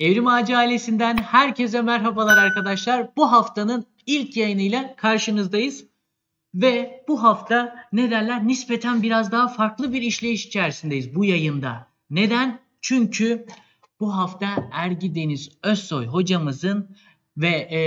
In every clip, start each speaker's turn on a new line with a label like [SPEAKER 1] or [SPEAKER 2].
[SPEAKER 1] Evrim Ağacı ailesinden herkese merhabalar arkadaşlar. Bu haftanın ilk yayınıyla karşınızdayız. Ve bu hafta ne derler nispeten biraz daha farklı bir işleyiş içerisindeyiz bu yayında. Neden? Çünkü bu hafta Ergi Deniz Özsoy hocamızın ve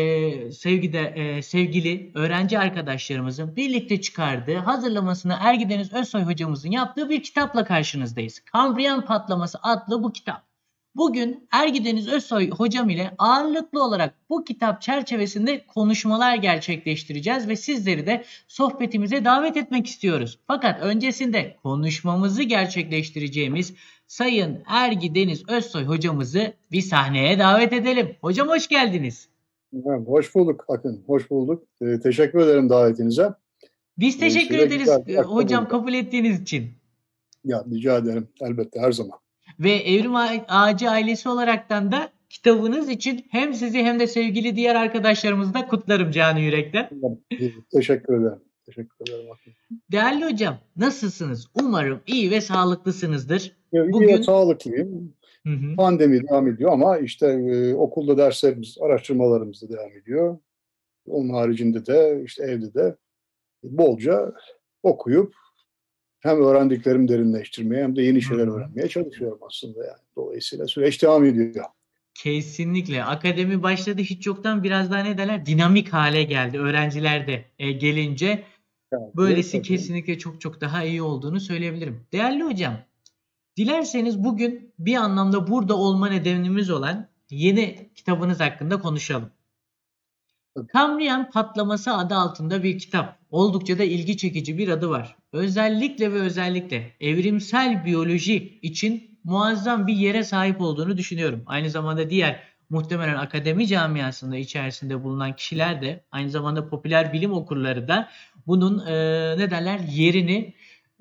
[SPEAKER 1] sevgili öğrenci arkadaşlarımızın birlikte çıkardığı hazırlamasını Ergi Deniz Özsoy hocamızın yaptığı bir kitapla karşınızdayız. Kambriyen Patlaması adlı bu kitap. Bugün Ergi Deniz Özsoy hocam ile ağırlıklı olarak bu kitap çerçevesinde konuşmalar gerçekleştireceğiz ve sizleri de sohbetimize davet etmek istiyoruz. Fakat öncesinde konuşmamızı gerçekleştireceğimiz Sayın Ergi Deniz Özsoy hocamızı bir sahneye davet edelim. Hocam hoş geldiniz.
[SPEAKER 2] Hoş bulduk Akın, hoş bulduk. Teşekkür ederim davetinize.
[SPEAKER 1] Biz teşekkür ederiz hocam kabul ettiğiniz için.
[SPEAKER 2] Ya rica ederim elbette her zaman.
[SPEAKER 1] Ve Evrim Ağacı ailesi olaraktan da kitabınız için hem sizi hem de sevgili diğer arkadaşlarımızı da kutlarım canı yürekten.
[SPEAKER 2] Teşekkür ederim. Teşekkür ederim.
[SPEAKER 1] Değerli hocam nasılsınız? Umarım iyi ve sağlıklısınızdır.
[SPEAKER 2] İyi ve sağlıklıyım. Pandemi devam ediyor ama işte okulda derslerimiz, araştırmalarımız da devam ediyor. Onun haricinde de işte evde de bolca okuyup hem öğrendiklerimi derinleştirmeye hem de yeni şeyler öğrenmeye çalışıyorum aslında yani. Dolayısıyla süreç devam ediyor.
[SPEAKER 1] Kesinlikle. Akademi başladı hiç yoktan biraz daha ne derler dinamik hale geldi. Öğrenciler de gelince böylesi kesinlikle çok daha iyi olduğunu söyleyebilirim. Değerli hocam, dilerseniz bugün bir anlamda burada olma nedenimiz olan yeni kitabınız hakkında konuşalım. Kambriyen Patlaması adı altında bir kitap. Oldukça da ilgi çekici bir adı var. Özellikle evrimsel biyoloji için muazzam bir yere sahip olduğunu düşünüyorum. Aynı zamanda diğer muhtemelen akademi camiasında içerisinde bulunan kişiler de aynı zamanda popüler bilim okurları da bunun yerini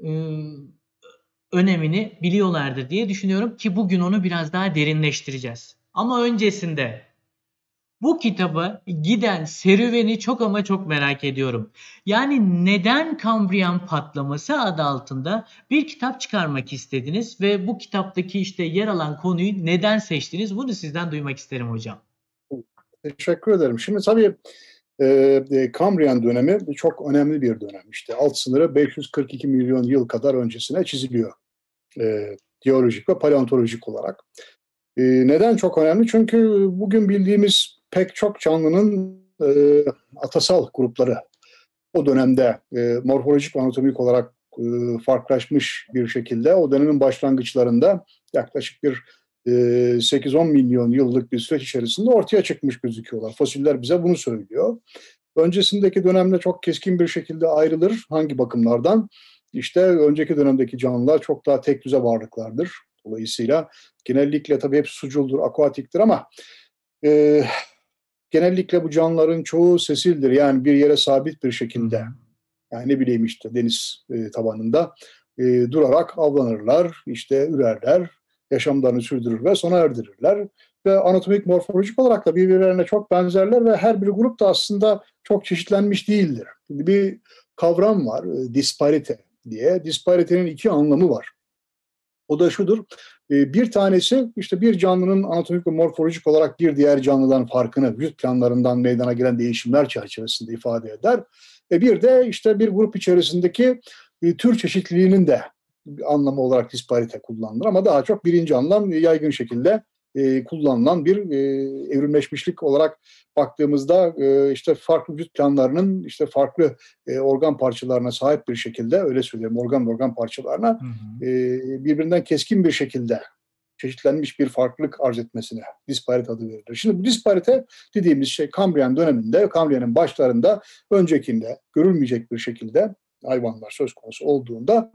[SPEAKER 1] önemini biliyorlardır diye düşünüyorum ki bugün onu biraz daha derinleştireceğiz. Ama öncesinde bu kitaba giden serüveni çok merak ediyorum. Yani neden Kambriyen Patlaması adı altında bir kitap çıkarmak istediniz ve bu kitaptaki işte yer alan konuyu neden seçtiniz? Bunu sizden duymak isterim hocam.
[SPEAKER 2] Teşekkür ederim. Şimdi tabii Kambriyen dönemi çok önemli bir dönem. İşte alt sınırı 542 milyon yıl kadar öncesine çiziliyor. Jeolojik ve paleontolojik olarak. Neden çok önemli? Çünkü bugün bildiğimiz pek çok canlının atasal grupları o dönemde morfolojik ve anatomik olarak farklılaşmış bir şekilde o dönemin başlangıçlarında yaklaşık bir 8-10 milyon yıllık bir süreç içerisinde ortaya çıkmış gözüküyorlar. Fosiller bize bunu söylüyor. Öncesindeki dönemde çok keskin bir şekilde ayrılır. Hangi bakımlardan? İşte önceki dönemdeki canlılar çok daha tek düze varlıklardır. Dolayısıyla genellikle tabii hep suculdur, akuatiktir ama genellikle bu canlıların çoğu sesildir. Yani bir yere sabit bir şekilde, yani ne bileyim işte deniz tabanında durarak avlanırlar, işte ürerler, yaşamlarını sürdürür ve sona erdirirler. Ve anatomik, morfolojik olarak da birbirlerine çok benzerler ve her bir grup da aslında çok çeşitlenmiş değildir. Bir kavram var, disparite diye. Disparitenin iki anlamı var. O da şudur, bir tanesi işte bir canlının anatomik ve morfolojik olarak bir diğer canlıdan farkını vücut planlarından meydana gelen değişimler çerçevesinde ifade eder. Bir de işte bir grup içerisindeki tür çeşitliliğinin de anlamı olarak disparite kullanılır ama daha çok birinci anlam yaygın şekilde kullanılan bir evrimleşmişlik olarak baktığımızda işte farklı vücut planlarının işte farklı organ parçalarına sahip bir şekilde öyle söyleyeyim organ parçalarına birbirinden keskin bir şekilde çeşitlenmiş bir farklılık arz etmesine disparite adı verilir. Şimdi bu disparite dediğimiz şey Kambriyen döneminde, Kambriyen'in başlarında öncekinde görülmeyecek bir şekilde hayvanlar söz konusu olduğunda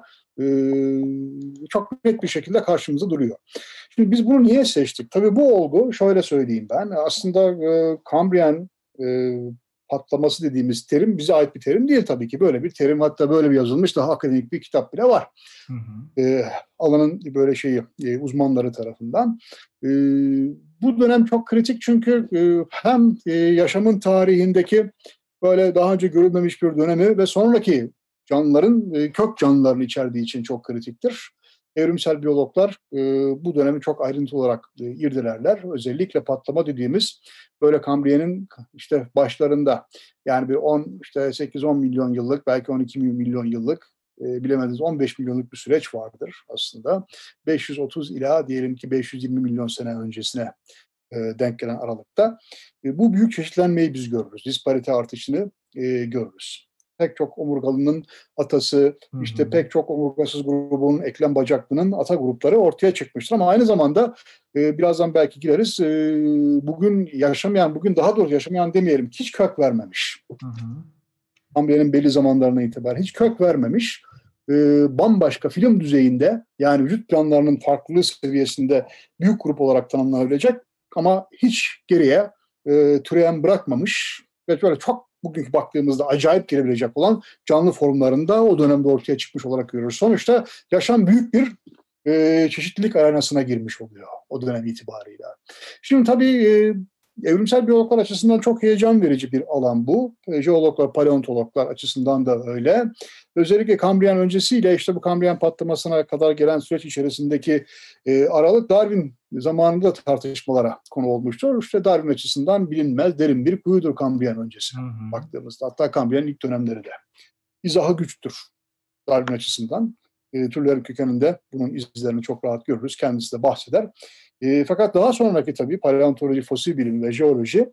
[SPEAKER 2] çok net bir şekilde karşımıza duruyor. Şimdi biz bunu niye seçtik? Tabii bu olgu şöyle söyleyeyim ben. Aslında Kambriyen patlaması dediğimiz terim bize ait bir terim değil tabii ki. Böyle bir terim hatta böyle bir yazılmış daha akademik bir kitap bile var. Alanın böyle uzmanları tarafından. Bu dönem çok kritik çünkü hem yaşamın tarihindeki böyle daha önce görülmemiş bir dönemi ve sonraki canlıların, kök canlıların içerdiği için çok kritiktir. evrimsel biyologlar bu dönemi çok ayrıntılı olarak irdelerler. Özellikle patlama dediğimiz böyle Kambriye'nin işte başlarında, yani bir 10 işte 8-10 milyon yıllık, belki 12 milyon yıllık, bilemediniz 15 milyonluk bir süreç vardır aslında. 530 ila diyelim ki 520 milyon sene öncesine denk gelen aralıkta. Bu büyük çeşitlenmeyi biz görürüz. Disparite artışını görürüz. Pek çok omurgalının atası,
[SPEAKER 1] Hı
[SPEAKER 2] işte
[SPEAKER 1] hı.
[SPEAKER 2] pek çok omurgasız grubun, eklem bacaklının ata grupları ortaya çıkmıştır. Ama aynı zamanda birazdan belki gireriz. Bugün yaşamayan, bugün daha doğrusu yaşamayan demeyelim, hiç kök vermemiş.
[SPEAKER 1] Hı hı.
[SPEAKER 2] Kambriye'nin belli zamanlarına itibaren hiç kök vermemiş. Bambaşka film düzeyinde, yani vücut planlarının farklılığı seviyesinde büyük grup olarak tanımlanabilecek ama hiç geriye türeyen bırakmamış ve böyle çok bugünkü baktığımızda acayip gelebilecek olan canlı formlarında o dönemde ortaya çıkmış olarak görüyoruz. Sonuçta yaşam büyük bir çeşitlilik arenasına girmiş oluyor o dönem itibarıyla. Şimdi tabii evrimsel biyologlar açısından çok heyecan verici bir alan bu. Jeologlar, paleontologlar açısından da öyle. Özellikle Kambriyen öncesiyle işte bu Kambriyen patlamasına kadar gelen süreç içerisindeki aralık Darwin zamanında tartışmalara konu olmuştur. İşte Darwin açısından bilinmez derin bir kuyudur Kambriyen öncesi
[SPEAKER 1] Hı hı.
[SPEAKER 2] baktığımızda. Hatta Kambriyen ilk dönemleri de. İzahı güçtür Darwin açısından. Türlerin kökeninde bunun izlerini çok rahat görürüz. Kendisi de bahseder. Fakat daha sonraki tabii paleontoloji, fosil bilim ve jeoloji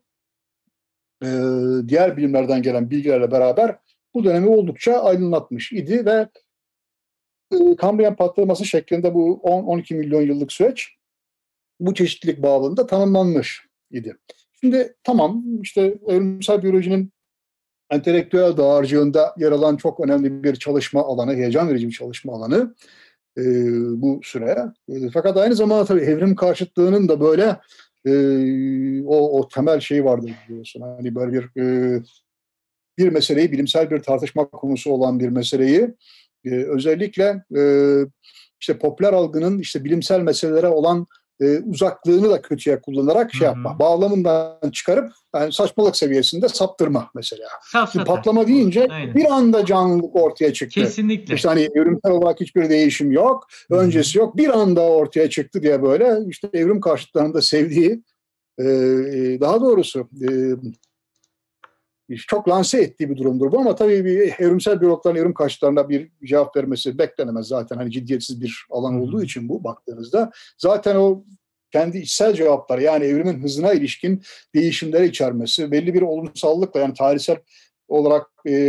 [SPEAKER 2] diğer bilimlerden gelen bilgilerle beraber bu dönemi oldukça aydınlatmış idi ve Kambriyen patlaması şeklinde bu 10-12 milyon yıllık süreç bu çeşitlilik bağlamında tanımlanmış idi. Şimdi tamam, işte evrimsel biyolojinin entelektüel dağarcığında yer alan çok önemli bir çalışma alanı, heyecan verici bir çalışma alanı bu süre. Fakat aynı zamanda tabii evrim karşıtlığının da böyle o temel şeyi vardır biliyorsun. Hani böyle bir meseleyi, bilimsel bir tartışma konusu olan bir meseleyi özellikle işte popüler algının işte bilimsel meselelere olan uzaklığını da kötüye kullanarak
[SPEAKER 1] Hı
[SPEAKER 2] şey
[SPEAKER 1] hı.
[SPEAKER 2] yapma, bağlamından çıkarıp yani saçmalık seviyesinde saptırma mesela. Şimdi
[SPEAKER 1] Safsata.
[SPEAKER 2] patlama deyince
[SPEAKER 1] Aynen.
[SPEAKER 2] bir anda canlılık ortaya çıktı.
[SPEAKER 1] Kesinlikle.
[SPEAKER 2] İşte hani evrimsel olarak hiçbir değişim yok,
[SPEAKER 1] Hı hı.
[SPEAKER 2] öncesi yok, bir anda ortaya çıktı diye böyle işte evrim karşıtlarının da sevdiği, daha doğrusu çok lanse ettiği bir durumdur bu, ama tabii bir evrimsel biyologların evrim karşıtlarına bir cevap vermesi beklenemez zaten. Hani ciddiyetsiz bir alan
[SPEAKER 1] Hı hı.
[SPEAKER 2] olduğu için bu baktığınızda. Zaten o kendi içsel cevaplar, yani evrimin hızına ilişkin değişimleri içermesi, belli bir olumsallıkla, yani tarihsel olarak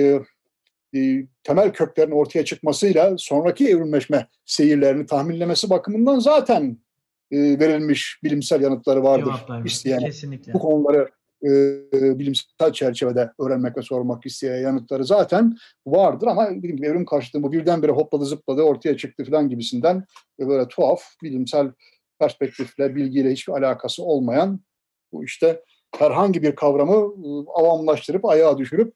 [SPEAKER 2] temel köklerin ortaya çıkmasıyla sonraki evrimleşme seyirlerini tahminlemesi bakımından zaten verilmiş bilimsel yanıtları vardır
[SPEAKER 1] Cevaplar var.
[SPEAKER 2] isteyen.
[SPEAKER 1] Kesinlikle.
[SPEAKER 2] Bu konuları bilimsel çerçevede öğrenmek ve sormak isteyen yanıtları zaten vardır, ama dediğim gibi evrim karşıtlığı bu birdenbire hopladı zıpladı ortaya çıktı falan gibisinden böyle tuhaf, bilimsel perspektifle, bilgiyle hiçbir alakası olmayan, bu işte herhangi bir kavramı avamlaştırıp ayağa düşürüp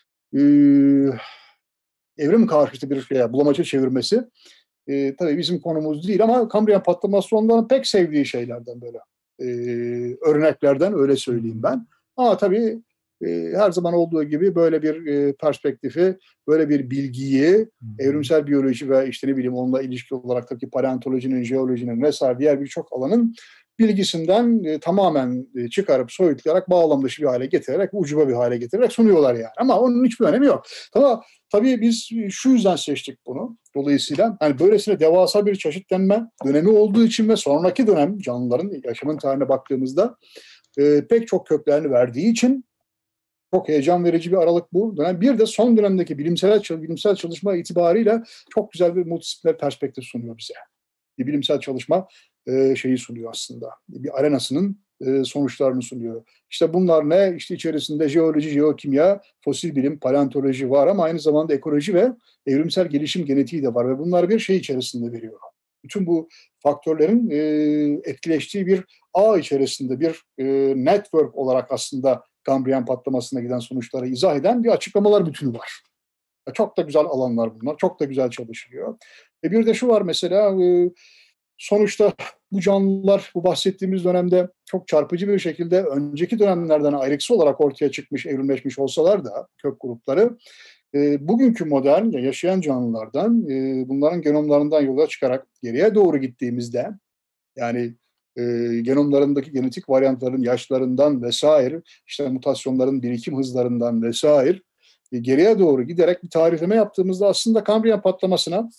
[SPEAKER 2] evrim karşıtı bir şeye bulamaca çevirmesi tabii bizim konumuz değil, ama Kambriyen patlaması onların pek sevdiği şeylerden, böyle örneklerden, öyle söyleyeyim ben. Ama tabii her zaman olduğu gibi böyle bir perspektifi, böyle bir bilgiyi evrimsel biyoloji ve işte ne bileyim onunla ilişki olarak tabii paleontolojinin, jeolojinin vesaire diğer birçok alanın bilgisinden tamamen çıkarıp soyutlayarak bağlam dışı bir hale getirerek, ucuba bir hale getirerek sunuyorlar yani. Ama onun hiçbir önemi yok. Tabii biz şu yüzden seçtik bunu. Dolayısıyla hani böylesine devasa bir çeşitlenme dönemi olduğu için ve sonraki dönem canlıların yaşamın tarihine baktığımızda pek çok köklerini verdiği için çok heyecan verici bir aralık bu dönem. Bir de son dönemdeki bilimsel çalışma itibarıyla çok güzel bir multidisipliner perspektif sunuyor bize. Bir bilimsel çalışma şeyi sunuyor aslında. Bir arenasının sonuçlarını sunuyor. İşte bunlar ne? İşte içerisinde jeoloji, jeokimya, fosil bilim, paleontoloji var, ama aynı zamanda ekoloji ve evrimsel gelişim genetiği de var ve bunlar bir şey içerisinde veriyor. Bütün bu faktörlerin etkileştiği bir ağ içerisinde bir network olarak aslında Kambriyen patlamasına giden sonuçları izah eden bir açıklamalar bütünü var. Çok da güzel alanlar bunlar. Çok da güzel çalışılıyor. Bir de şu var mesela, sonuçta bu canlılar bu bahsettiğimiz dönemde çok çarpıcı bir şekilde önceki dönemlerden ayrıksı olarak ortaya çıkmış, evrimleşmiş olsalar da kök grupları Bugünkü modern yaşayan canlılardan, bunların genomlarından yola çıkarak geriye doğru gittiğimizde, yani genomlarındaki genetik varyantların yaşlarından vesaire, işte mutasyonların birikim hızlarından vesaire geriye doğru giderek bir tarihleme yaptığımızda aslında Kambriyen patlamasına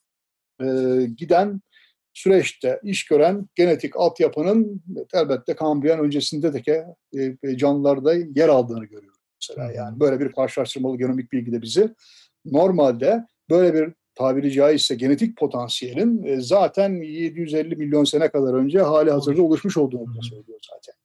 [SPEAKER 2] giden süreçte iş gören genetik altyapının elbette Kambriyen öncesindeki canlılarda yer aldığını görüyoruz mesela. Yani böyle bir karşılaştırmalı genomik bilgi de bizi normalde böyle bir tabiri caizse genetik potansiyelin zaten 750 milyon sene kadar önce hali hazırda oluşmuş olduğunu söylüyor zaten.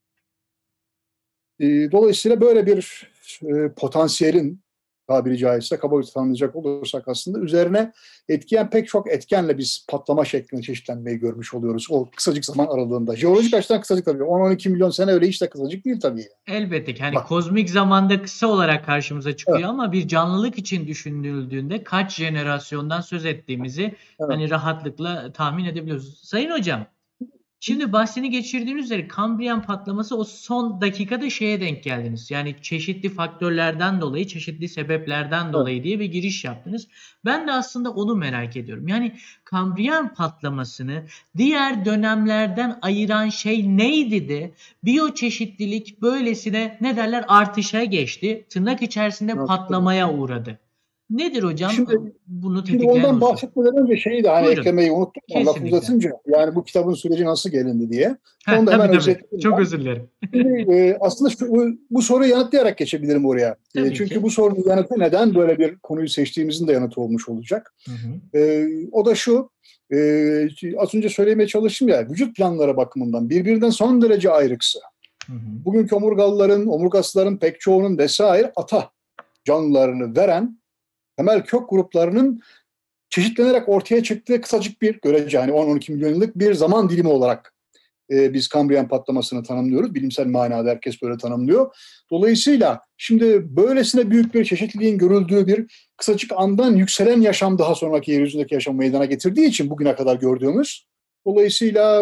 [SPEAKER 2] Dolayısıyla böyle bir potansiyelin tabiri caizse kabaca tanımlayacak olursak aslında üzerine etkileyen pek çok etkenle biz patlama şeklinde çeşitlenmeyi görmüş oluyoruz o kısacık zaman aralığında. Jeolojik açıdan kısacık tabii. 10-12 milyon sene öyle hiç de kısacık değil tabii.
[SPEAKER 1] Elbette ki hani kozmik zamanda kısa olarak karşımıza çıkıyor
[SPEAKER 2] Evet.
[SPEAKER 1] ama bir canlılık için düşünüldüğünde kaç jenerasyondan söz ettiğimizi hani rahatlıkla tahmin edebiliyoruz. Sayın hocam, şimdi bahsini geçirdiğiniz üzere Kambriyen patlaması o son dakikada şeye denk geldiniz. Yani çeşitli faktörlerden dolayı, çeşitli sebeplerden dolayı diye bir giriş yaptınız. Ben de aslında onu merak ediyorum. Yani Kambriyen patlamasını diğer dönemlerden ayıran şey neydi de biyoçeşitlilik böylesine ne derler artışa geçti, tırnak içerisinde patlamaya uğradı. Nedir hocam? Bunu
[SPEAKER 2] Şimdi
[SPEAKER 1] tetikleyen
[SPEAKER 2] ondan
[SPEAKER 1] unsur.
[SPEAKER 2] bahsetmeden önce şeyi de hani
[SPEAKER 1] Buyurun.
[SPEAKER 2] eklemeyi unuttum. Laf
[SPEAKER 1] Kesinlikle.
[SPEAKER 2] uzatınca yani bu kitabın süreci nasıl gelindi diye. Onu da hemen
[SPEAKER 1] Tabii.
[SPEAKER 2] özetleyeyim.
[SPEAKER 1] Çok özür dilerim.
[SPEAKER 2] Şimdi, aslında bu soruyu yanıtlayarak geçebilirim oraya.
[SPEAKER 1] Tabii
[SPEAKER 2] Çünkü
[SPEAKER 1] ki.
[SPEAKER 2] bu sorunun yanıtı neden böyle bir konuyu seçtiğimizin de yanıtı olmuş olacak. O da şu, az önce söylemeye çalıştım ya, vücut planları bakımından birbirinden son derece ayrıksı. Bugünkü omurgasların pek çoğunun vesaire ata canlılarını veren temel kök gruplarının çeşitlenerek ortaya çıktığı kısacık bir görece, yani 10-12 milyon yıllık bir zaman dilimi olarak biz Kambriyen patlamasını tanımlıyoruz. Bilimsel manada herkes böyle tanımlıyor. Dolayısıyla şimdi böylesine büyük bir çeşitliliğin görüldüğü bir kısacık andan yükselen yaşam daha sonraki yeryüzündeki yaşam meydana getirdiği için bugüne kadar gördüğümüz. Dolayısıyla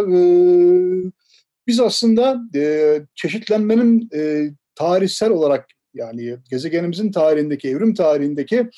[SPEAKER 2] biz aslında çeşitlenmenin tarihsel olarak yani gezegenimizin tarihindeki, evrim tarihindeki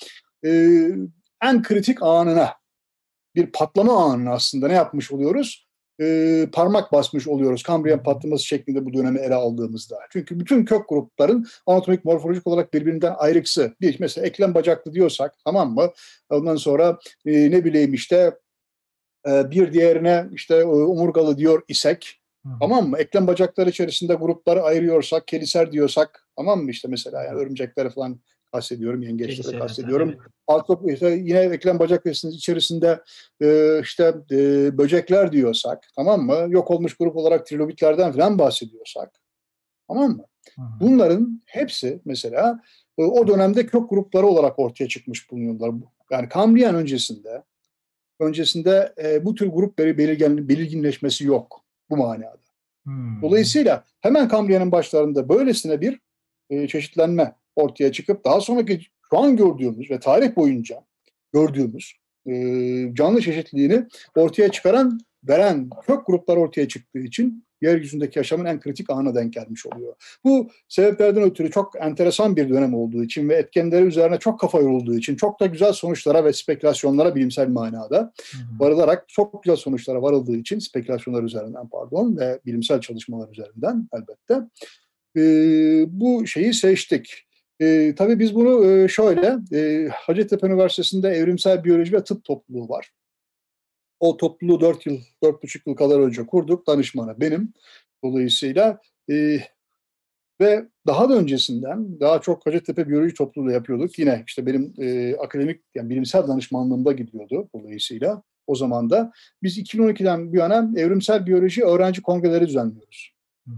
[SPEAKER 2] en kritik anına, bir patlama anına aslında ne yapmış oluyoruz? Parmak basmış oluyoruz Kambriyen patlaması şeklinde bu dönemi ele aldığımızda. Çünkü bütün kök grupların anatomik morfolojik olarak birbirinden ayrıksı. Mesela eklem bacaklı diyorsak, tamam mı? Ondan sonra ne bileyim işte bir diğerine işte omurgalı diyor isek, tamam mı? Eklem bacakları içerisinde grupları ayırıyorsak, keliser diyorsak, tamam mı? İşte mesela yani örümcekleri falan kastediyorum, yengeçleri kastediyorum. İşte yine eklem bacakları içerisinde böcekler diyorsak, tamam mı? Yok olmuş grup olarak trilobitlerden falan bahsediyorsak, tamam mı? Bunların hepsi mesela o dönemde kök grupları olarak ortaya çıkmış bulunuyorlar. Yani Kambriyen öncesinde bu tür grup belirginleşmesi yok bu manada. Dolayısıyla hemen Kambriyen'in başlarında böylesine bir çeşitlenme ortaya çıkıp daha sonraki şu an gördüğümüz ve tarih boyunca gördüğümüz canlı çeşitliliğini ortaya veren kök gruplar ortaya çıktığı için yeryüzündeki yaşamın en kritik anına denk gelmiş oluyor. Bu sebeplerden ötürü çok enteresan bir dönem olduğu için ve etkenleri üzerine çok kafa yorulduğu için çok da güzel sonuçlara ve spekülasyonlara bilimsel manada varılarak çok güzel sonuçlara varıldığı için spekülasyonlar üzerinden ve bilimsel çalışmalar üzerinden elbette bu şeyi seçtik. Tabii biz bunu şöyle, Hacettepe Üniversitesi'nde evrimsel biyoloji ve tıp topluluğu var. O topluluğu 4,5 yıl kadar önce kurduk. Danışmanı benim. Dolayısıyla ve daha da öncesinden daha çok Hacettepe Biyoloji Topluluğu yapıyorduk. Yine işte benim akademik, yani bilimsel danışmanlığımda gidiyordu dolayısıyla. O zaman da biz 2012'den bu yana evrimsel biyoloji öğrenci kongreleri düzenliyoruz.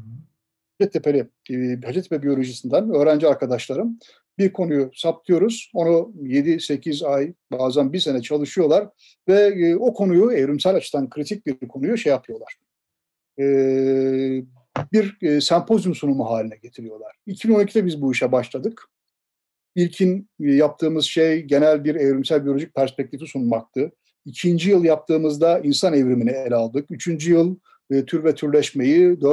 [SPEAKER 2] Hacettepe Biyolojisi'nden öğrenci arkadaşlarım bir konuyu saptıyoruz. Onu 7-8 ay bazen bir sene çalışıyorlar ve o konuyu evrimsel açıdan kritik bir konuyu yapıyorlar. Bir sempozyum sunumu haline getiriyorlar. 2012'de biz bu işe başladık. İlkin yaptığımız şey genel bir evrimsel biyolojik perspektifi sunmaktı. İkinci yıl yaptığımızda insan evrimini ele aldık. Üçüncü yıl tür ve türleşmeyi,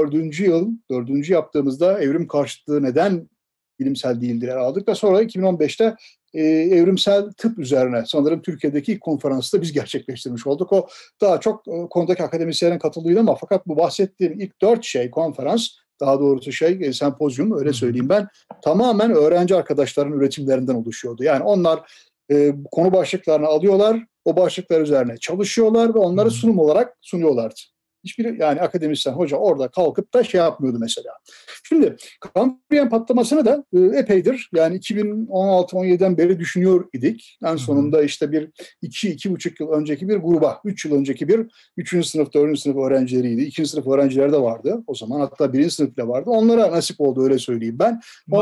[SPEAKER 2] dördüncü yaptığımızda evrim karşıtlığı neden bilimsel değildir ele aldık ve sonra 2015'te evrimsel tıp üzerine sanırım Türkiye'deki ilk konferansı da biz gerçekleştirmiş olduk. O daha çok konudaki akademisyenlerin katılımıyla ama fakat bu bahsettiğim ilk 4 konferans, daha doğrusu sempozyum öyle söyleyeyim ben, tamamen öğrenci arkadaşların üretimlerinden oluşuyordu. Yani onlar konu başlıklarını alıyorlar, o başlıklar üzerine çalışıyorlar ve onları sunum olarak sunuyorlardı. Hiçbir yani akademisyen hoca orada kalkıp da yapmıyordu mesela. Şimdi Kambriyen patlamasını da epeydir yani 2016-17'den beri düşünüyor idik. En sonunda işte 2,5 yıl önceki bir gruba, 3 yıl önceki bir 3. sınıf, 4. sınıf öğrencileriydi. 2. sınıf öğrencileri de vardı o zaman, hatta 1. sınıf bile vardı. Onlara nasip oldu öyle söyleyeyim ben.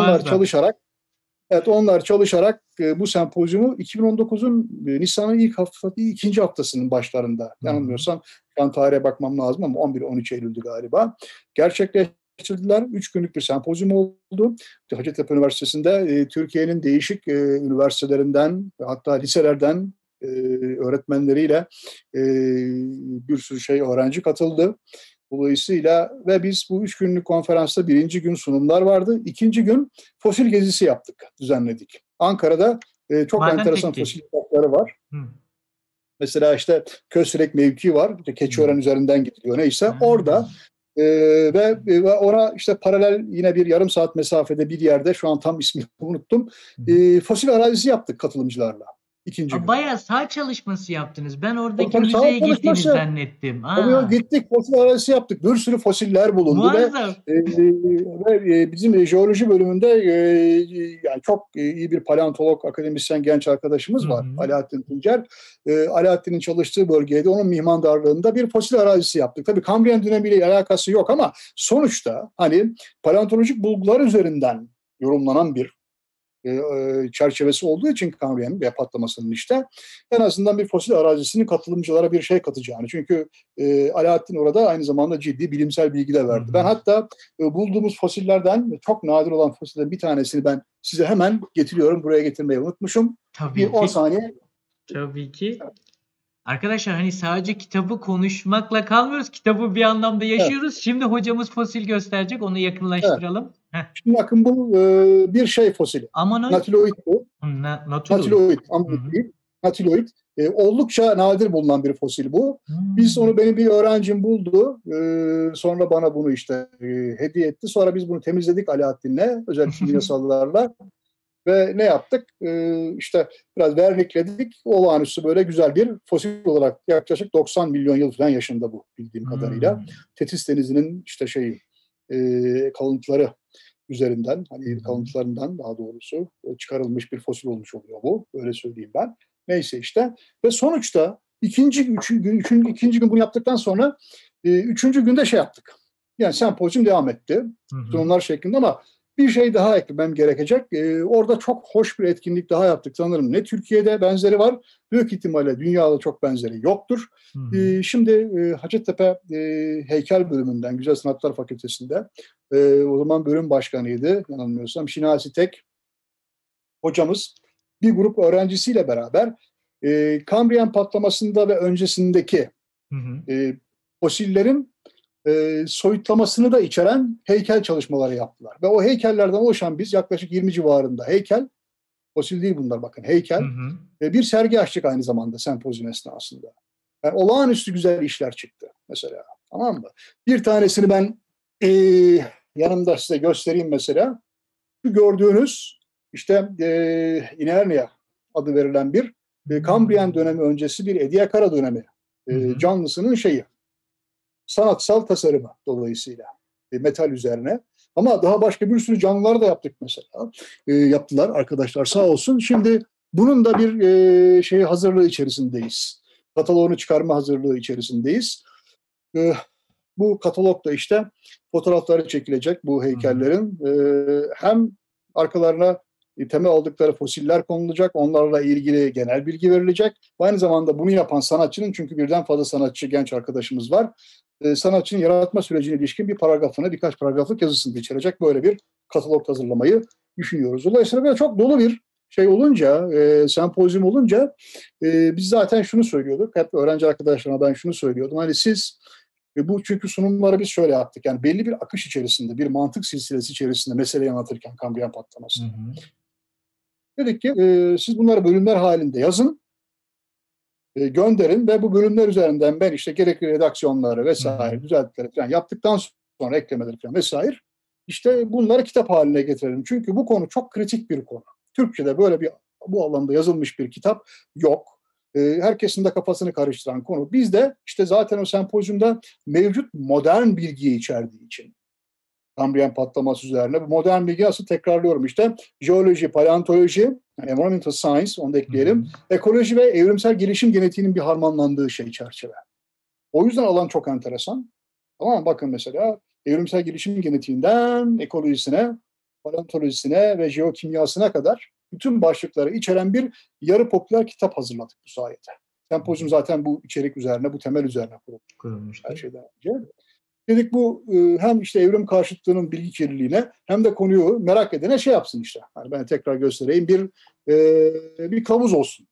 [SPEAKER 2] Onlar çalışarak bu sempozyumu 2019'un Nisan'ın ikinci haftasının başlarında, yanılmıyorsam şu an tarihe bakmam lazım ama 11-13 Eylül'dü galiba, gerçekleştirdiler. 3 günlük bir sempozyum oldu. Hacettepe Üniversitesi'nde Türkiye'nin değişik üniversitelerinden ve hatta liselerden öğretmenleriyle bir sürü öğrenci katıldı. Dolayısıyla ve biz bu 3 günlük konferansta birinci gün sunumlar vardı. İkinci gün fosil gezisi yaptık, düzenledik. Ankara'da çok
[SPEAKER 1] Maden
[SPEAKER 2] enteresan
[SPEAKER 1] Tekke.
[SPEAKER 2] fosil yaprakları var. Mesela işte Köstebek mevkii var. İşte Keçiören üzerinden gidiliyor neyse. Orada ve ona işte paralel yine bir yarım saat mesafede bir yerde, şu an tam ismini unuttum, fosil arazisi yaptık katılımcılarla. İkinci gün.
[SPEAKER 1] Bayağı saha çalışması yaptınız. Ben oradaki
[SPEAKER 2] Tabii
[SPEAKER 1] müzeye
[SPEAKER 2] sağlık
[SPEAKER 1] gittiğini
[SPEAKER 2] çalışması.
[SPEAKER 1] zannettim.
[SPEAKER 2] Tabii gittik, fosil arazisi yaptık. Bir sürü fosiller bulundu
[SPEAKER 1] Muazzam.
[SPEAKER 2] ve bizim jeoloji bölümünde yani çok iyi bir paleontolog, akademisyen genç arkadaşımız var. Alaaddin Tuncer. Alaaddin'in çalıştığı bölgede onun mihmandarlığında bir fosil arazisi yaptık. Tabii Kambriyen dönemiyle alakası yok ama sonuçta hani paleontolojik bulgular üzerinden yorumlanan bir çerçevesi olduğu için Kambriyen ve patlamasının işte en azından bir fosil arazisinin katılımcılara bir katacağını. Çünkü Alaaddin orada aynı zamanda ciddi bilimsel bilgi de verdi. Ben hatta bulduğumuz fosillerden çok nadir olan fosillerden bir tanesini ben size hemen getiriyorum. Buraya getirmeyi unutmuşum.
[SPEAKER 1] Tabii
[SPEAKER 2] bir 10
[SPEAKER 1] ki.
[SPEAKER 2] saniye.
[SPEAKER 1] Tabii ki. Arkadaşlar hani sadece kitabı konuşmakla kalmıyoruz. Kitabı bir anlamda yaşıyoruz. Evet. Şimdi hocamız fosil gösterecek. Onu yakınlaştıralım.
[SPEAKER 2] Evet. Şimdi bakın bu bir fosili.
[SPEAKER 1] Ammonoid.
[SPEAKER 2] Natiloid bu. Natiloid. Natiloid. Oldukça nadir bulunan bir fosil bu. Biz onu, benim bir öğrencim buldu. Sonra bana bunu hediye etti. Sonra biz bunu temizledik Alaaddin'le, özel kimyasallarla. Ve ne yaptık? İşte biraz vernikledik. Olağanüstü böyle güzel bir fosil olarak yaklaşık 90 milyon yıl falan yaşında bu, bildiğim kadarıyla. Tetis Denizi'nin kalıntıları üzerinden, hani kalıntılarından daha doğrusu çıkarılmış bir fosil olmuş oluyor bu. Öyle söyleyeyim ben. Neyse işte. Ve sonuçta ikinci gün bunu yaptıktan sonra 3. günde yaptık. Yani sempozyum devam etti. Sunumlar şeklinde ama bir daha eklemem gerekecek. Orada çok hoş bir etkinlik daha yaptık sanırım. Ne Türkiye'de benzeri var, büyük ihtimalle dünyada çok benzeri yoktur. Şimdi Hacettepe Heykel Bölümünden, Güzel Sanatlar Fakültesi'nde o zaman bölüm başkanıydı yanılmıyorsam Şinasi Tek hocamız bir grup öğrencisiyle beraber Kambriyen patlamasında ve öncesindeki fosillerin soyutlamasını da içeren heykel çalışmaları yaptılar. Ve o heykellerden oluşan biz yaklaşık 20 civarında heykel, fosil değil bunlar bakın, heykel, bir sergi açtık aynı zamanda sempozyum esnasında. Yani olağanüstü güzel işler çıktı mesela. Tamam mı? Bir tanesini ben yanımda size göstereyim mesela. Şu gördüğünüz Inernia adı verilen bir Kambriyen dönemi öncesi bir Ediacara dönemi canlısının sanatsal tasarımı dolayısıyla metal üzerine. Ama daha başka bir sürü canlılar da yaptık mesela. Yaptılar arkadaşlar sağ olsun. Şimdi bunun da bir hazırlığı içerisindeyiz. Kataloğunu çıkarma hazırlığı içerisindeyiz. Bu katalogda fotoğrafları çekilecek bu heykellerin. Hem arkalarına temel aldıkları fosiller konulacak, onlarla ilgili genel bilgi verilecek. Aynı zamanda bunu yapan sanatçının, çünkü birden fazla sanatçı genç arkadaşımız var, sanatçının yaratma sürecine ilişkin birkaç paragraflık yazısını da içerecek böyle bir katalog hazırlamayı düşünüyoruz. Dolayısıyla böyle çok dolu bir olunca, sempozyum olunca biz zaten şunu söylüyorduk, hep öğrenci arkadaşlarına ben şunu söylüyordum, hani siz bu çünkü sunumları biz şöyle yaptık, yani belli bir akış içerisinde, bir mantık silsilesi içerisinde meseleyi anlatırken Kambriyen patlaması. Dedik ki siz bunları bölümler halinde yazın, gönderin ve bu bölümler üzerinden ben işte gerekli redaksiyonları vesaire, düzeltmeleri falan yaptıktan sonra eklemeleri falan vesaire işte bunları kitap haline getirelim. Çünkü bu konu çok kritik bir konu. Türkçe'de böyle bir bu alanda yazılmış bir kitap yok. Herkesin de kafasını karıştıran konu. Biz de işte zaten o sempozyumda mevcut modern bilgiyi içerdiği için Kambriyen patlaması üzerine. Bu modern bilgi aslında tekrarlıyorum işte. Jeoloji, paleontoloji, yani environmental science, onu da ekleyelim. Ekoloji ve evrimsel gelişim genetiğinin bir harmanlandığı çerçeve. O yüzden alan çok enteresan. Tamam mı? Bakın mesela evrimsel gelişim genetiğinden ekolojisine, paleontolojisine ve jeokimyasına kadar bütün başlıkları içeren bir yarı popüler kitap hazırladık bu sayede. Sempozyum zaten bu içerik üzerine, bu temel üzerine kurulmuştu. Her şeyden önce. Dedik bu hem işte evrim karşıtlığının bilgi kirliliğine hem de konuyu merak edene şey yapsın işte. Yani ben tekrar göstereyim bir kılavuz olsun.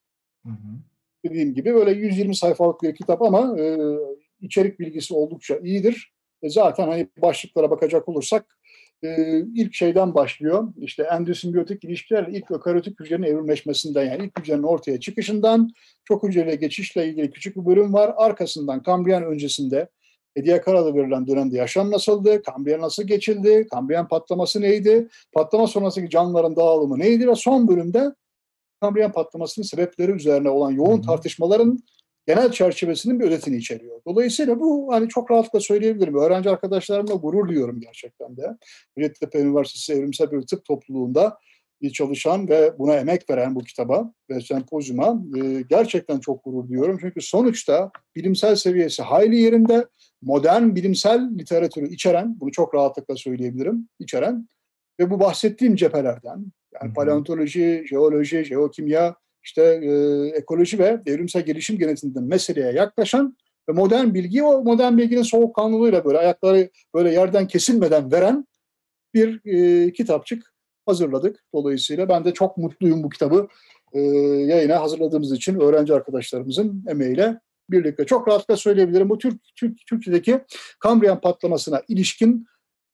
[SPEAKER 2] Dediğim gibi böyle 120 sayfalık bir kitap ama içerik bilgisi oldukça iyidir. Zaten hani başlıklara bakacak olursak ilk şeyden başlıyor. İşte endosimbiyotik ilişkilerle ilk ökaryotik hücrenin evrimleşmesinden yani ilk hücrenin ortaya çıkışından çok hücreli geçişle ilgili küçük bir bölüm var. Arkasından Kambriyen öncesinde Ediakara'da verilen dönemde yaşam nasıldı? Kambriyen nasıl geçildi? Kambriyen patlaması neydi? Patlama sonrasındaki canlıların dağılımı neydi? Ve son bölümde Kambriyen patlamasının sebepleri üzerine olan yoğun tartışmaların genel çerçevesinin bir özetini içeriyor. Dolayısıyla bu hani çok rahatlıkla söyleyebilirim. Öğrenci arkadaşlarımla gurur duyuyorum gerçekten de. Hacettepe Üniversitesi Evrimsel bir Tıp Topluluğu'nda çalışan ve buna emek veren bu kitaba ve sempozyuma gerçekten çok gurur duyuyorum. Çünkü sonuçta bilimsel seviyesi hayli yerinde, modern bilimsel literatürü içeren, bunu çok rahatlıkla söyleyebilirim, içeren ve bu bahsettiğim cephelerden, yani paleontoloji, jeoloji, jeokimya, işte ekoloji ve evrimsel gelişim genetiğinden meseleye yaklaşan ve modern bilgiyi o modern bilginin soğukkanlılığıyla böyle ayakları böyle yerden kesilmeden veren bir kitapçık hazırladık. Dolayısıyla ben de çok mutluyum bu kitabı yayına hazırladığımız için öğrenci arkadaşlarımızın emeğiyle birlikte. Çok rahatlıkla söyleyebilirim. Bu Türkiye'deki Kambriyen patlamasına ilişkin